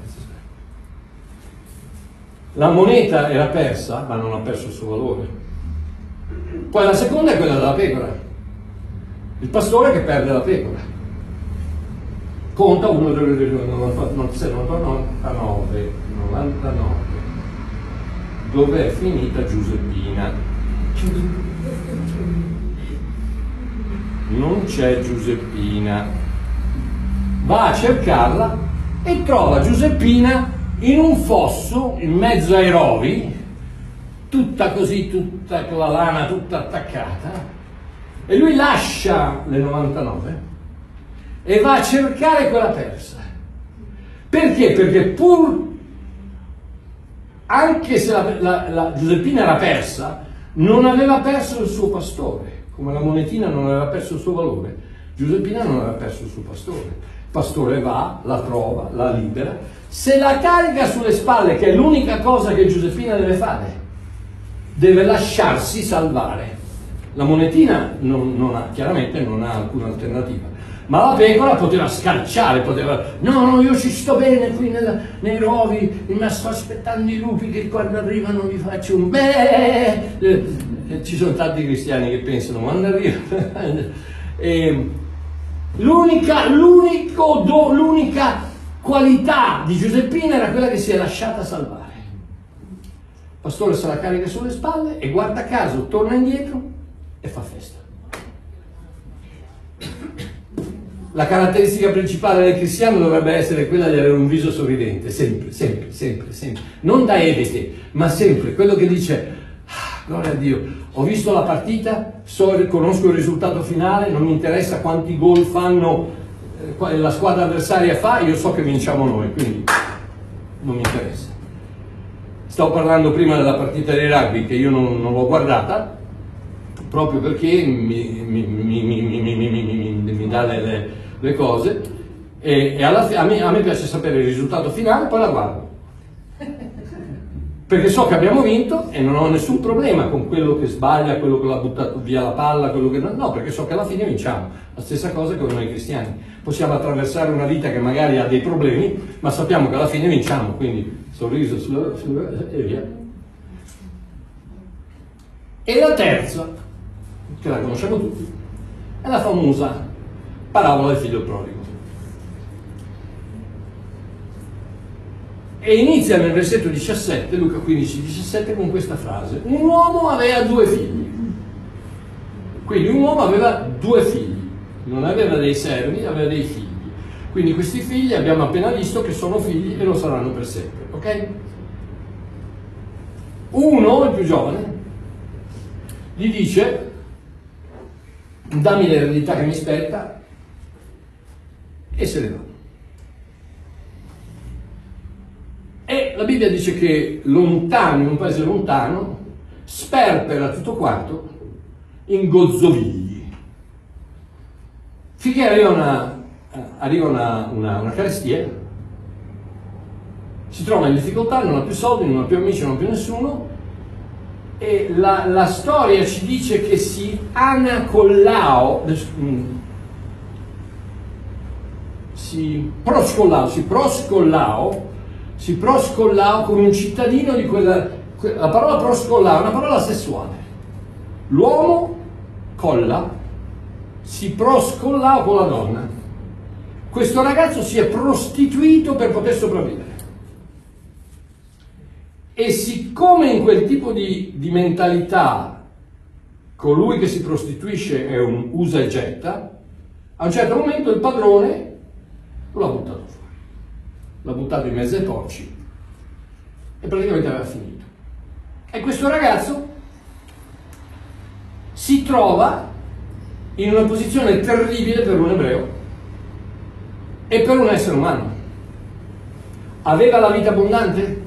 La moneta era persa, ma non ha perso il suo valore. Poi la seconda è quella della pecora. Il pastore che perde la pecora. Conta 1, 2, 3, 96, 99. Dove è finita Giuseppina? Non c'è Giuseppina. Va a cercarla e trova Giuseppina in un fosso in mezzo ai rovi, tutta così, tutta con la lana tutta attaccata, e lui lascia le 99 e va a cercare quella persa. Perché? Perché anche se la Giuseppina era persa, non aveva perso il suo pastore, come la monetina non aveva perso il suo valore. Giuseppina non aveva perso il suo pastore. Il pastore va, la trova, la libera, se la carica sulle spalle, che è l'unica cosa che Giuseppina deve fare, deve lasciarsi salvare. La monetina chiaramente non ha alcuna alternativa. Ma la pecora poteva scalciare, no, io ci sto bene qui nei rovi, ma sto aspettando i lupi che quando arrivano mi faccio un beh. Ci sono tanti cristiani che pensano, quando arriva. L'unica qualità di Giuseppina era quella che si è lasciata salvare. Il pastore se la carica sulle spalle e guarda caso torna indietro e fa festa. La caratteristica principale del cristiano dovrebbe essere quella di avere un viso sorridente, sempre, sempre, sempre, sempre. Non da ebete, ma sempre. Quello che dice, gloria a Dio, ho visto la partita, conosco il risultato finale, non mi interessa quanti gol fanno, la squadra avversaria fa, io so che vinciamo noi, quindi non mi interessa. Stavo parlando prima della partita di rugby che io non l'ho guardata, proprio perché mi dà le cose, e a me piace sapere il risultato finale, poi la guardo. Perché so che abbiamo vinto e non ho nessun problema con quello che sbaglia, quello che l'ha buttato via la palla, quello che no, perché so che alla fine vinciamo. La stessa cosa con noi cristiani. Possiamo attraversare una vita che magari ha dei problemi, ma sappiamo che alla fine vinciamo, quindi sorriso e via. E la terza, che la conosciamo tutti, è la famosa parabola del figlio prodigo. E inizia nel versetto 17, Luca 15-17, con questa frase: un uomo aveva due figli. Quindi un uomo aveva due figli, non aveva dei servi, aveva dei figli. Quindi questi figli abbiamo appena visto che sono figli e lo saranno per sempre, ok? Uno, il più giovane, gli dice: dammi l'eredità che mi spetta, e se ne va. E la Bibbia dice che lontano, in un paese lontano, sperpera tutto quanto in gozzovigli. Finché arriva una carestia, si trova in difficoltà, non ha più soldi, non ha più amici, non ha più nessuno, e la storia ci dice che si proscollao con un cittadino di quella. La parola proscollao è una parola sessuale. L'uomo si proscollao con la donna. Questo ragazzo si è prostituito per poter sopravvivere. E siccome in quel tipo di mentalità colui che si prostituisce è un usa e getta, a un certo momento il padrone lo ha buttato fuori. L'ha buttato in mezzo ai porci e praticamente aveva finito. E questo ragazzo si trova in una posizione terribile per un ebreo e per un essere umano. Aveva la vita abbondante?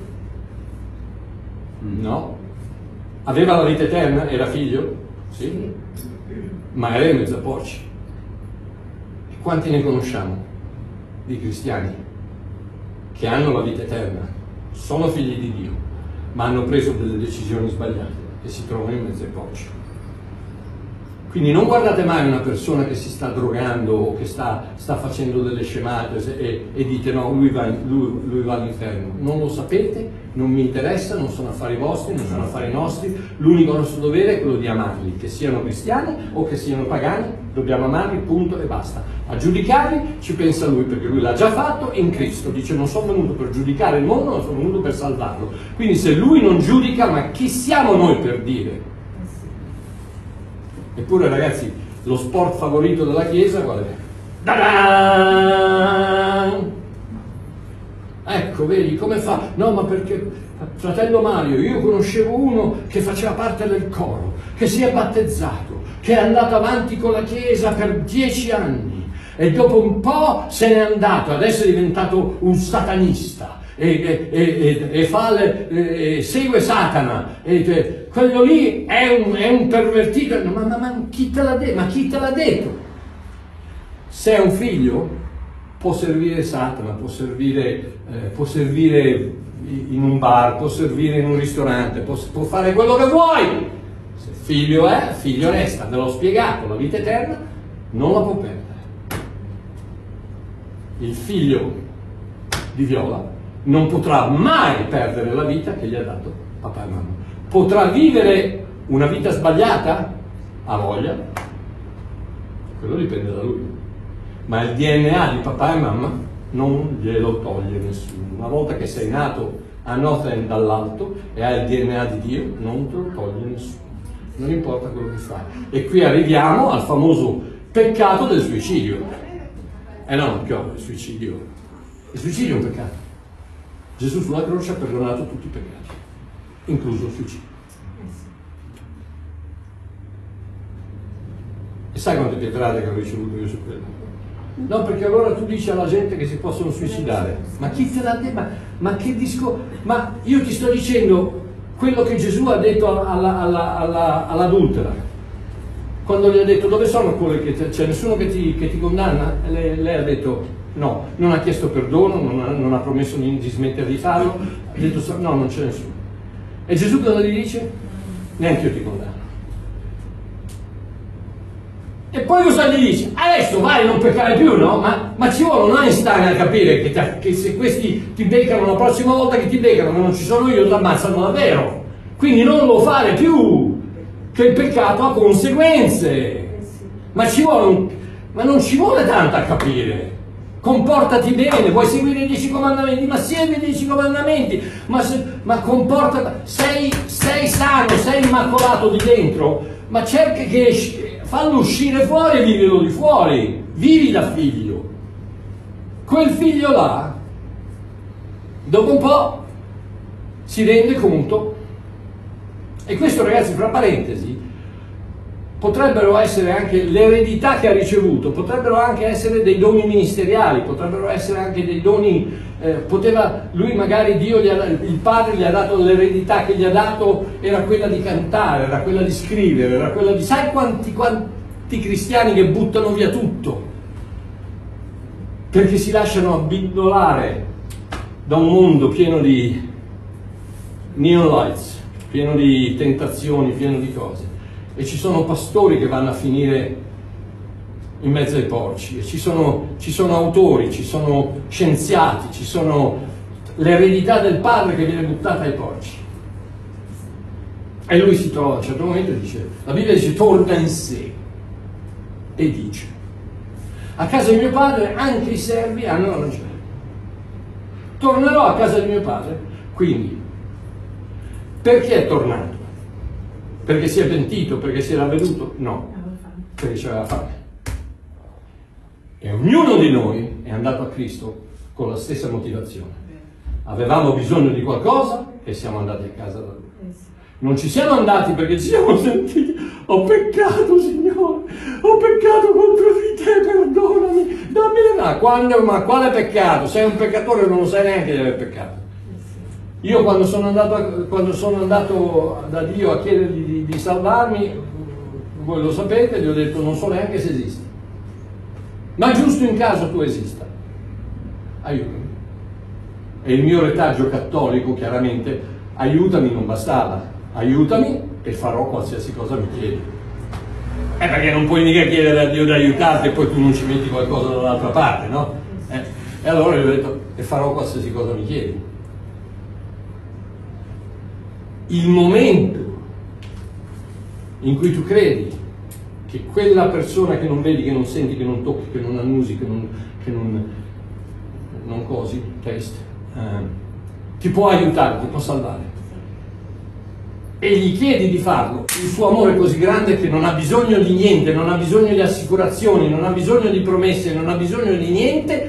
No. Aveva la vita eterna? Era figlio? Sì. Ma era in mezzo ai porci. E quanti ne conosciamo di cristiani che hanno la vita eterna, sono figli di Dio, ma hanno preso delle decisioni sbagliate e si trovano in mezzo ai porci? Quindi non guardate mai una persona che si sta drogando o che sta facendo delle scemate e dite no, lui va all'inferno. Non lo sapete, non mi interessa, non sono affari vostri, non sono affari nostri. L'unico nostro dovere è quello di amarli, che siano cristiani o che siano pagani, dobbiamo amarli, punto e basta. A giudicarli ci pensa lui, perché lui l'ha già fatto in Cristo. Dice: non sono venuto per giudicare il mondo, ma sono venuto per salvarlo. Quindi se lui non giudica, ma chi siamo noi per dire? Eppure, ragazzi, lo sport favorito della Chiesa qual è? Ta-da! Ecco, vedi come fa? No, ma perché, fratello Mario, io conoscevo uno che faceva parte del coro, che si è battezzato, che è andato avanti con la Chiesa per 10 anni e dopo un po' se n'è andato, adesso è diventato un satanista e segue Satana. Quello lì è un pervertito. Ma chi te l'ha detto? Ma chi te l'ha detto? Se è un figlio può servire Satana, può servire in un bar, può servire in un ristorante, può fare quello che vuoi. Se figlio è, figlio resta. Ve l'ho spiegato, la vita eterna non la può perdere. Il figlio di Viola non potrà mai perdere la vita che gli ha dato papà e mamma. Potrà vivere una vita sbagliata? Ha voglia. Quello dipende da lui. Ma il DNA di papà e mamma non glielo toglie nessuno. Una volta che sei nato a Nothen dall'alto e hai il DNA di Dio, non te lo toglie nessuno. Non importa quello che fai. E qui arriviamo al famoso peccato del suicidio. No, il suicidio. Il suicidio è un peccato. Gesù sulla croce ha perdonato tutti i peccati, incluso il suicidio. E sai quante pietrate che ho ricevuto io su quello? No, perché allora tu dici alla gente che si possono suicidare. Ma chi te l'ha detto? Ma che disco? Ma io ti sto dicendo quello che Gesù ha detto all'adultera. Quando gli ha detto dove sono quelle che c'è nessuno che ti condanna? E lei ha detto no, non ha chiesto perdono, non ha promesso di smettere di farlo, ha detto no, non c'è nessuno. E Gesù cosa gli dice? Neanche io ti condanno. E poi cosa gli dice? Adesso vai a non peccare più, no? Ma ci vuole un Einstein a capire che se questi ti beccano la prossima volta che ti beccano, ma non ci sono io, ti ammazzano davvero. Quindi non lo fare più, che il peccato ha conseguenze. Ma non ci vuole tanto a capire. Comportati bene, vuoi seguire i 10 comandamenti? Ma segui i 10 comandamenti, ma comportati, sei sano, sei immacolato di dentro, ma cerca che fallo uscire fuori e vivilo di fuori, vivi da figlio. Quel figlio là, dopo un po', si rende conto, e questo ragazzi, fra parentesi, potrebbero essere anche l'eredità che ha ricevuto, potrebbero anche essere dei doni ministeriali, potrebbero essere anche dei doni, lui magari il padre gli ha dato l'eredità che gli ha dato, era quella di cantare, era quella di scrivere, era quella di, sai quanti cristiani che buttano via tutto, perché si lasciano abbindolare da un mondo pieno di neon lights, pieno di tentazioni, pieno di cose. E ci sono pastori che vanno a finire in mezzo ai porci, e ci sono autori, ci sono scienziati, ci sono l'eredità del padre che viene buttata ai porci. E lui si trova a un certo momento e dice, la Bibbia dice, torna in sé e dice, a casa di mio padre anche i servi hanno da mangiare. Tornerò a casa di mio padre. Quindi, perché è tornato? Perché si è pentito, perché si era venuto? No, perché c'aveva fame. E ognuno di noi è andato a Cristo con la stessa motivazione. Avevamo bisogno di qualcosa e siamo andati a casa da Lui. Non ci siamo andati perché ci siamo sentiti, ho peccato Signore, ho peccato contro di te, perdonami, dammi la... Ma quale peccato? Sei un peccatore e non lo sai neanche di aver peccato. Io quando sono andato da Dio a chiedergli di salvarmi, voi lo sapete, gli ho detto non so neanche se esisti. Ma giusto in caso tu esista, aiutami. E il mio retaggio cattolico, chiaramente, aiutami non bastava. Aiutami e farò qualsiasi cosa mi chiedi. Perché non puoi mica chiedere a Dio di aiutarti e poi tu non ci metti qualcosa dall'altra parte, no? E allora gli ho detto, e farò qualsiasi cosa mi chiedi. Il momento in cui tu credi che quella persona che non vedi, che non senti, che non tocchi, che non annusi, che non cosi, ti può aiutare, ti può salvare, e gli chiedi di farlo, il suo amore è così grande che non ha bisogno di niente, non ha bisogno di assicurazioni, non ha bisogno di promesse, non ha bisogno di niente,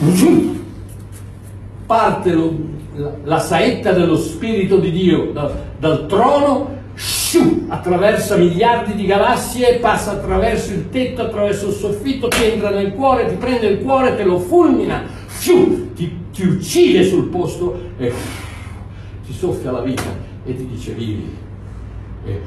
parte la saetta dello Spirito di Dio dal trono, attraversa miliardi di galassie, passa attraverso il tetto, attraverso il soffitto, ti entra nel cuore, ti prende il cuore, te lo fulmina, ti uccide sul posto e ti soffia la vita e ti dice vivi. E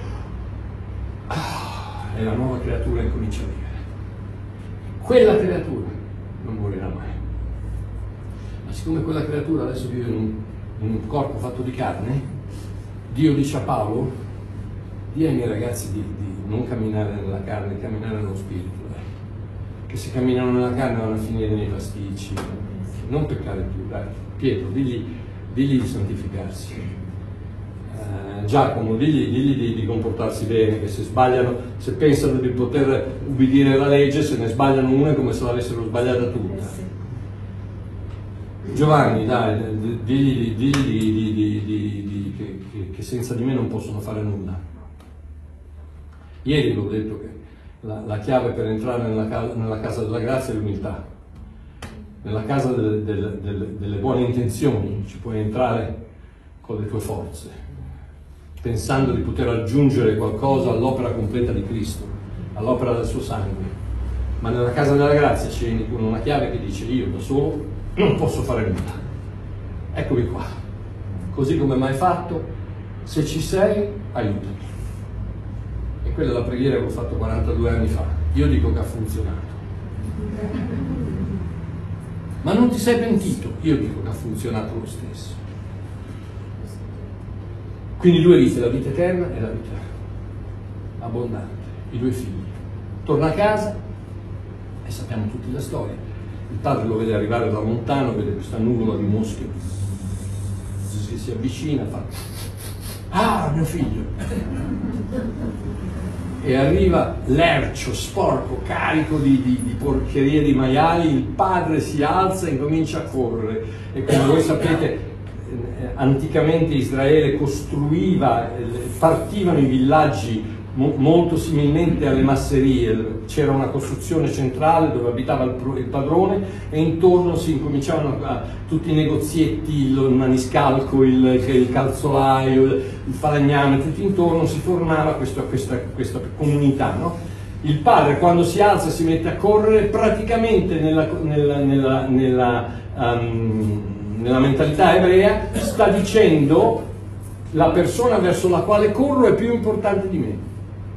la nuova creatura incomincia a vivere. Quella creatura non morirà mai. Ma siccome quella creatura adesso vive in un corpo fatto di carne, Dio dice a Paolo, di ai miei ragazzi di non camminare nella carne, camminare nello spirito, che se camminano nella carne vanno a finire nei pasticci, non peccare più, dai. Pietro, digli di santificarsi. Giacomo, digli di comportarsi bene, che se sbagliano, se pensano di poter ubbidire la legge, se ne sbagliano una è come se l'avessero sbagliata tutta. Giovanni, dai, digli che senza di me non possono fare nulla. Ieri l'ho detto che la chiave per entrare nella casa della grazia è l'umiltà. Nella casa delle buone intenzioni ci puoi entrare con le tue forze, pensando di poter aggiungere qualcosa all'opera completa di Cristo, all'opera del suo sangue. Ma nella casa della grazia c'è con una chiave che dice: io da solo non posso fare nulla. Eccomi qua, così come mai fatto, se ci sei, aiutami. E quella è la preghiera che ho fatto 42 anni fa. Io dico che ha funzionato. Ma non ti sei pentito? Io dico che ha funzionato lo stesso. Quindi due vite, la vita eterna e la vita abbondante, i due figli. Torna a casa e sappiamo tutti la storia. Il padre lo vede arrivare da lontano, vede questa nuvola di mosche che si avvicina, fa: ah, mio figlio! E arriva lercio, sporco, carico di porcherie di maiali. Il padre si alza e incomincia a correre. E come voi sapete, anticamente Israele costruiva, partivano i villaggi molto similmente alle masserie. C'era una costruzione centrale dove abitava il padrone e intorno si incominciavano tutti i negozietti, il maniscalco, il calzolaio, il falegname, tutti intorno si formava questa comunità, no? Il padre, quando si alza e si mette a correre, praticamente nella mentalità ebrea sta dicendo: la persona verso la quale corro è più importante di me.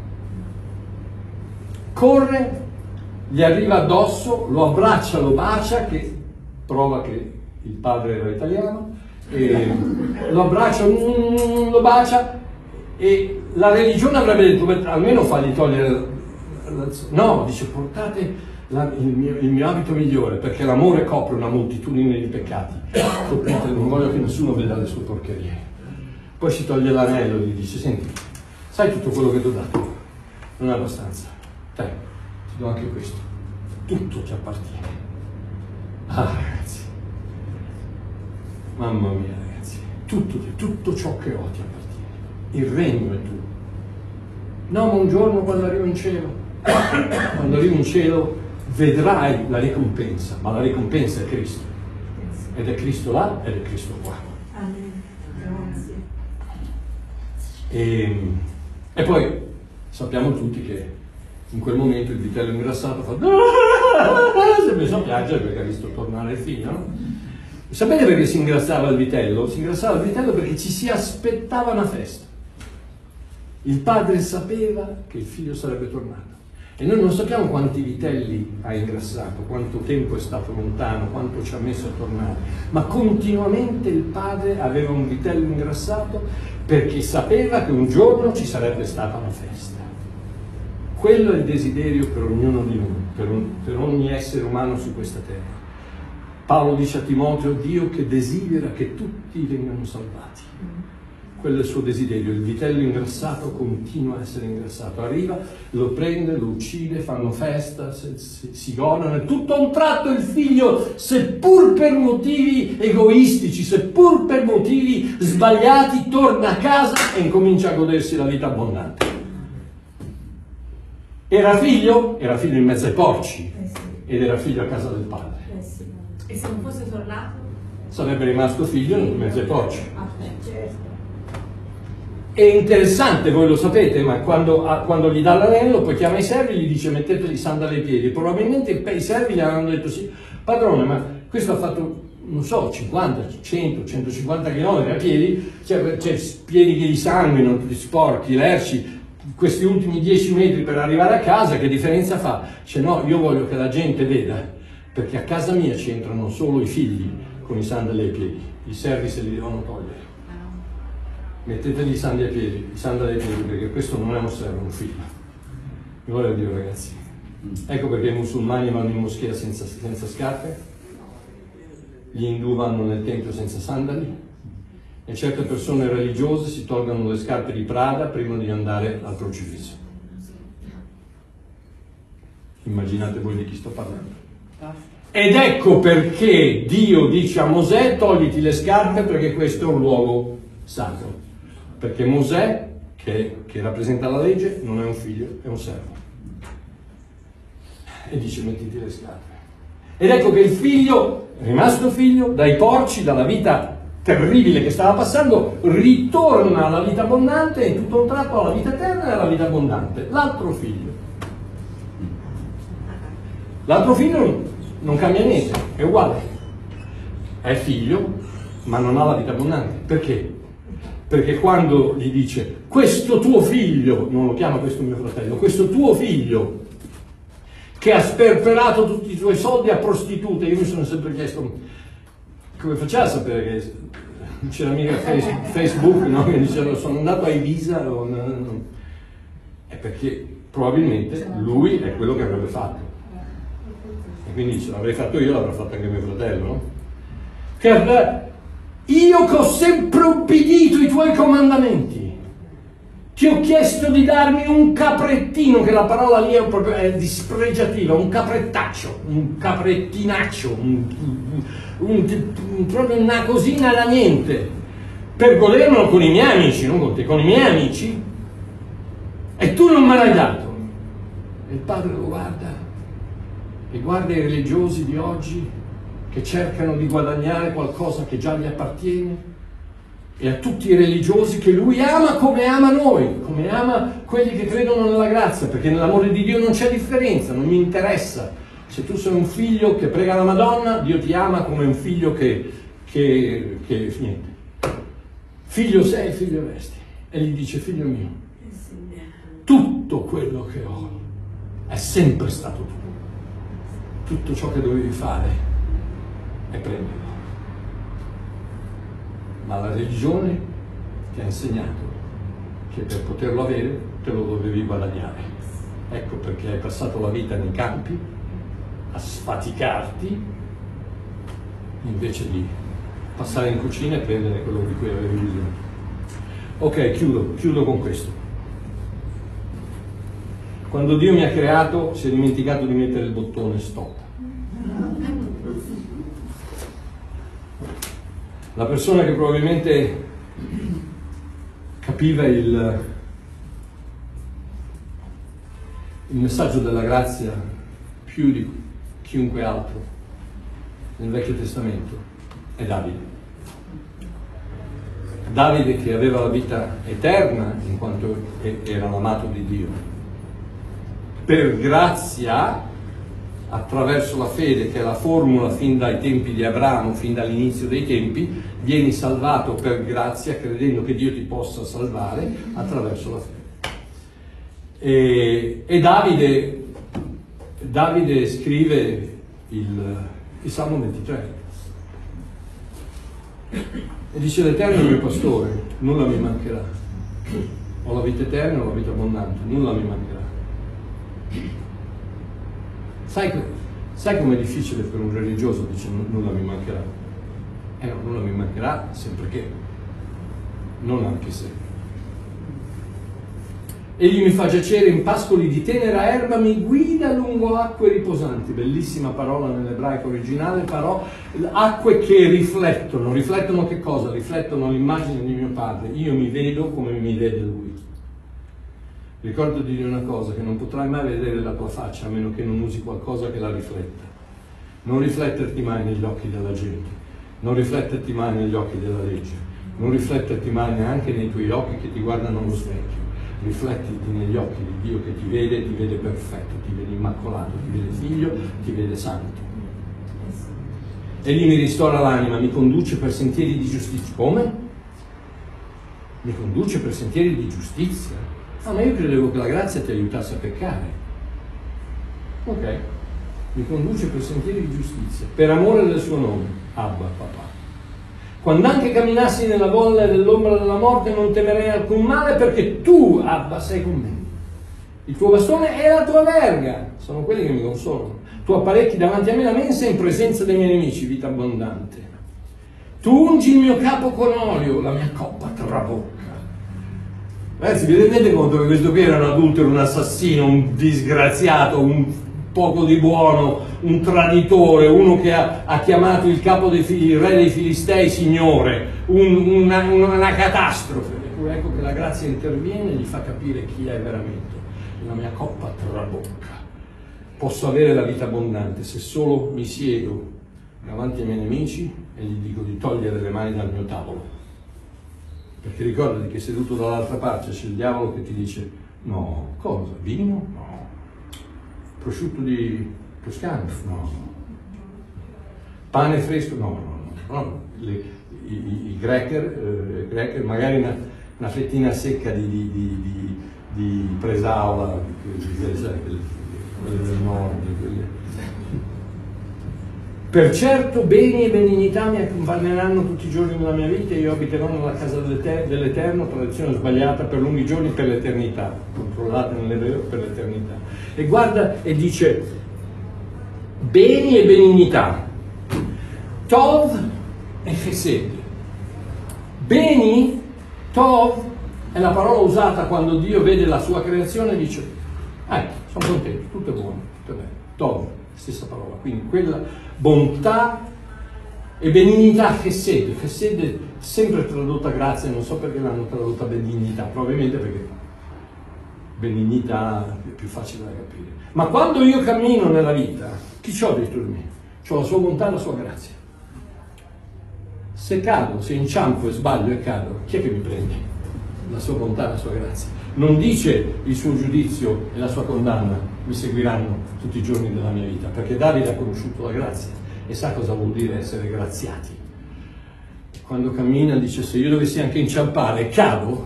Corre, gli arriva addosso, lo abbraccia, lo bacia, che prova che il padre era italiano, e lo abbraccia, lo bacia, e la religione avrebbe detto: almeno fagli togliere. No, dice: portate il mio abito migliore, perché l'amore copre una moltitudine di peccati. Coprite, non voglio che nessuno veda le sue porcherie. Poi si toglie l'anello e gli dice: senti, sai tutto quello che ti ho dato? Non è abbastanza. Te, ti do anche questo. Tutto ti appartiene. Ah, ragazzi. Mamma mia, ragazzi. Tutto ciò che ho ti appartiene. Il regno è tuo. No, ma un giorno quando arrivo in cielo, vedrai la ricompensa, ma la ricompensa è Cristo. Ed è Cristo là ed è Cristo qua. Amen. Grazie. E poi sappiamo tutti che in quel momento il vitello ingrassato fa: si è messo a piangere perché ha visto tornare il figlio, no? Sapete perché si ingrassava il vitello? Si ingrassava il vitello perché ci si aspettava una festa. Il padre sapeva che il figlio sarebbe tornato. E noi non sappiamo quanti vitelli ha ingrassato, quanto tempo è stato lontano, quanto ci ha messo a tornare, ma continuamente il padre aveva un vitello ingrassato perché sapeva che un giorno ci sarebbe stata una festa. Quello è il desiderio per ognuno di noi, per ogni essere umano su questa terra. Paolo dice a Timoteo: Dio che desidera che tutti vengano salvati. Quello è il suo desiderio. Il vitello ingrassato continua a essere ingrassato. Arriva, lo prende, lo uccide, fanno festa, si godono, e tutto a un tratto il figlio, seppur per motivi egoistici, seppur per motivi sbagliati, torna a casa e incomincia a godersi la vita abbondante. Era figlio in mezzo ai porci, ed era figlio a casa del padre. E se non fosse tornato? Sarebbe rimasto figlio in mezzo ai porci. Certo. È interessante, voi lo sapete, ma quando gli dà l'anello, poi chiama i servi e gli dice: mettete i sandali ai piedi. Probabilmente i servi gli hanno detto: sì, padrone, ma questo ha fatto, non so, 50, 100, 150 km a piedi, c'è piedi che gli sanguinano, tutti sporchi, lerci, questi ultimi 10 metri per arrivare a casa, che differenza fa? Dice: no, io voglio che la gente veda, perché a casa mia ci entrano solo i figli con i sandali ai piedi, i servi se li devono togliere. Metteteli i sandali ai piedi, perché questo non è un servo, è un figlio. Mi voglio dire, ragazzi, ecco perché i musulmani vanno in moschea senza scarpe, gli indù vanno nel tempio senza sandali, e certe persone religiose si tolgono le scarpe di Prada prima di andare al crocifisso. Immaginate voi di chi sto parlando. Ed ecco perché Dio dice a Mosè: togliti le scarpe, perché questo è un luogo sacro. Perché Mosè, che rappresenta la legge, non è un figlio, è un servo. E dice: mettiti le scarpe. Ed ecco che il figlio, rimasto figlio, dai porci, dalla vita terribile che stava passando, ritorna alla vita abbondante, e tutto un tratto alla vita eterna e alla vita abbondante. L'altro figlio. L'altro figlio non cambia niente, è uguale, è figlio ma non ha la vita abbondante. Perché? Perché quando gli dice questo tuo figlio, non lo chiama questo mio fratello, questo tuo figlio che ha sperperato tutti i suoi soldi a prostitute, io mi sono sempre chiesto come faceva a sapere che c'era mica Facebook, no? Che diceva sono andato a Ibiza, è perché probabilmente lui è quello che avrebbe fatto. E quindi dice, l'avrei fatto io, l'avrà fatto anche mio fratello, no? Io che ho sempre ubbidito i tuoi comandamenti, ti ho chiesto di darmi un caprettino, che la parola lì è dispregiativa, un caprettaccio, un caprettinaccio, proprio una cosina da niente, per godermelo con i miei amici, non con te, con i miei amici, e tu non me l'hai dato. E il padre lo guarda, e guarda i religiosi di oggi che cercano di guadagnare qualcosa che già gli appartiene, e a tutti i religiosi che lui ama come ama noi, come ama quelli che credono nella grazia, perché nell'amore di Dio non c'è differenza, non mi interessa. Se tu sei un figlio che prega la Madonna, Dio ti ama come un figlio che niente. Figlio sei, figlio resti. E gli dice, figlio mio, tutto quello che ho è sempre stato tuo. Tutto ciò che dovevi fare è prenderlo. Ma la religione ti ha insegnato che per poterlo avere te lo dovevi guadagnare. Ecco perché hai passato la vita nei campi a sfaticarti invece di passare in cucina e prendere quello di cui avevi bisogno. Ok, chiudo con questo. Quando Dio mi ha creato si è dimenticato di mettere il bottone stop. La persona che probabilmente capiva il messaggio della grazia più di chiunque altro nel Vecchio Testamento è Davide. Davide che aveva la vita eterna in quanto era l'amato di Dio. Per grazia, attraverso la fede, che è la formula fin dai tempi di Abramo, fin dall'inizio dei tempi, vieni salvato per grazia credendo che Dio ti possa salvare attraverso la fede. E Davide scrive il Salmo 23 e dice: l'Eterno è il mio pastore, nulla mi mancherà. Ho la vita eterna, ho la vita abbondante, nulla mi mancherà. Sai com'è difficile per un religioso dice nulla mi mancherà? No, nulla mi mancherà sempre che, non anche se. Egli mi fa giacere in pascoli di tenera erba, mi guida lungo acque riposanti. Bellissima parola nell'ebraico originale, però acque che riflettono che cosa? Riflettono l'immagine di mio padre. Io mi vedo come mi vede lui. Ricordati di una cosa, che non potrai mai vedere la tua faccia a meno che non usi qualcosa che la rifletta. Non rifletterti mai negli occhi della gente, non rifletterti mai negli occhi della legge, non rifletterti mai neanche nei tuoi occhi che ti guardano allo specchio. Riflettiti negli occhi di Dio che ti vede perfetto, ti vede immacolato, ti vede figlio, ti vede santo. Egli mi ristora l'anima, mi conduce per sentieri di giustizia. Come? Mi conduce per sentieri di giustizia? Ah, ma io credevo che la grazia ti aiutasse a peccare. Ok, mi conduce per sentieri di giustizia, per amore del suo nome, Abba, papà. Quando anche camminassi nella valle dell'ombra della morte non temerei alcun male, perché tu, Abba, sei con me. Il tuo bastone e la tua verga sono quelli che mi consolano. Tu apparecchi davanti a me la mensa in presenza dei miei nemici, vita abbondante. Tu ungi il mio capo con olio, la mia coppa trabocca. Ragazzi, vi rendete conto che questo qui era un adultero, un assassino, un disgraziato, un poco di buono, un traditore, uno che ha chiamato il capo il re dei Filistei signore, una catastrofe. Eppure ecco che la grazia interviene e gli fa capire chi è veramente. La mia coppa trabocca. Posso avere la vita abbondante se solo mi siedo davanti ai miei nemici e gli dico di togliere le mani dal mio tavolo. Perché ricordati che seduto dall'altra parte c'è il diavolo che ti dice: no, cosa? Vino? No. Prosciutto di Toscano? No. Pane fresco? No. I cracker, magari una fettina secca di Presaola, quelle del nord. Per certo beni e benignità mi accompagneranno tutti i giorni della mia vita e io abiterò nella casa dell'Eterno, traduzione sbagliata, per lunghi giorni per l'eternità, controllate nell'ebreo per l'eternità. E guarda e dice beni e benignità, Tov e Chesed. Beni, Tov, è la parola usata quando Dio vede la sua creazione e dice sono contento, tutto è buono, tutto è bello. Tov, stessa parola, quindi quella bontà e benignità, Chesed. Chesed è sempre tradotta grazia, non so perché l'hanno tradotta benignità, probabilmente perché benignità è più facile da capire. Ma quando io cammino nella vita, chi c'ho dentro di me? C'ho la sua bontà e la sua grazia. Se cado, se inciampo e sbaglio e cado, chi è che mi prende? La sua bontà e la sua grazia. Non dice il suo giudizio e la sua condanna mi seguiranno tutti i giorni della mia vita, perché Davide ha conosciuto la grazia e sa cosa vuol dire essere graziati. Quando cammina dice: se io dovessi anche inciampare e cado,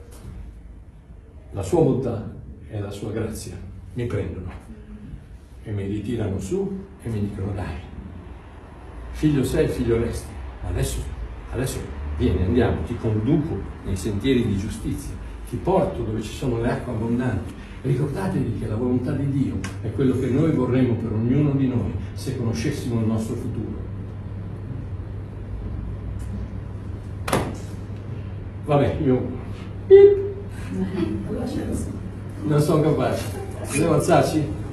la sua bontà e la sua grazia mi prendono e mi ritirano su e mi dicono: dai, figlio sei, figlio resti, adesso vieni, andiamo, ti conduco nei sentieri di giustizia, ti porto dove ci sono le acque abbondanti. Ricordatevi che la volontà di Dio è quello che noi vorremmo per ognuno di noi se conoscessimo il nostro futuro. Vabbè, io non sono capace. Dobbiamo alzarci?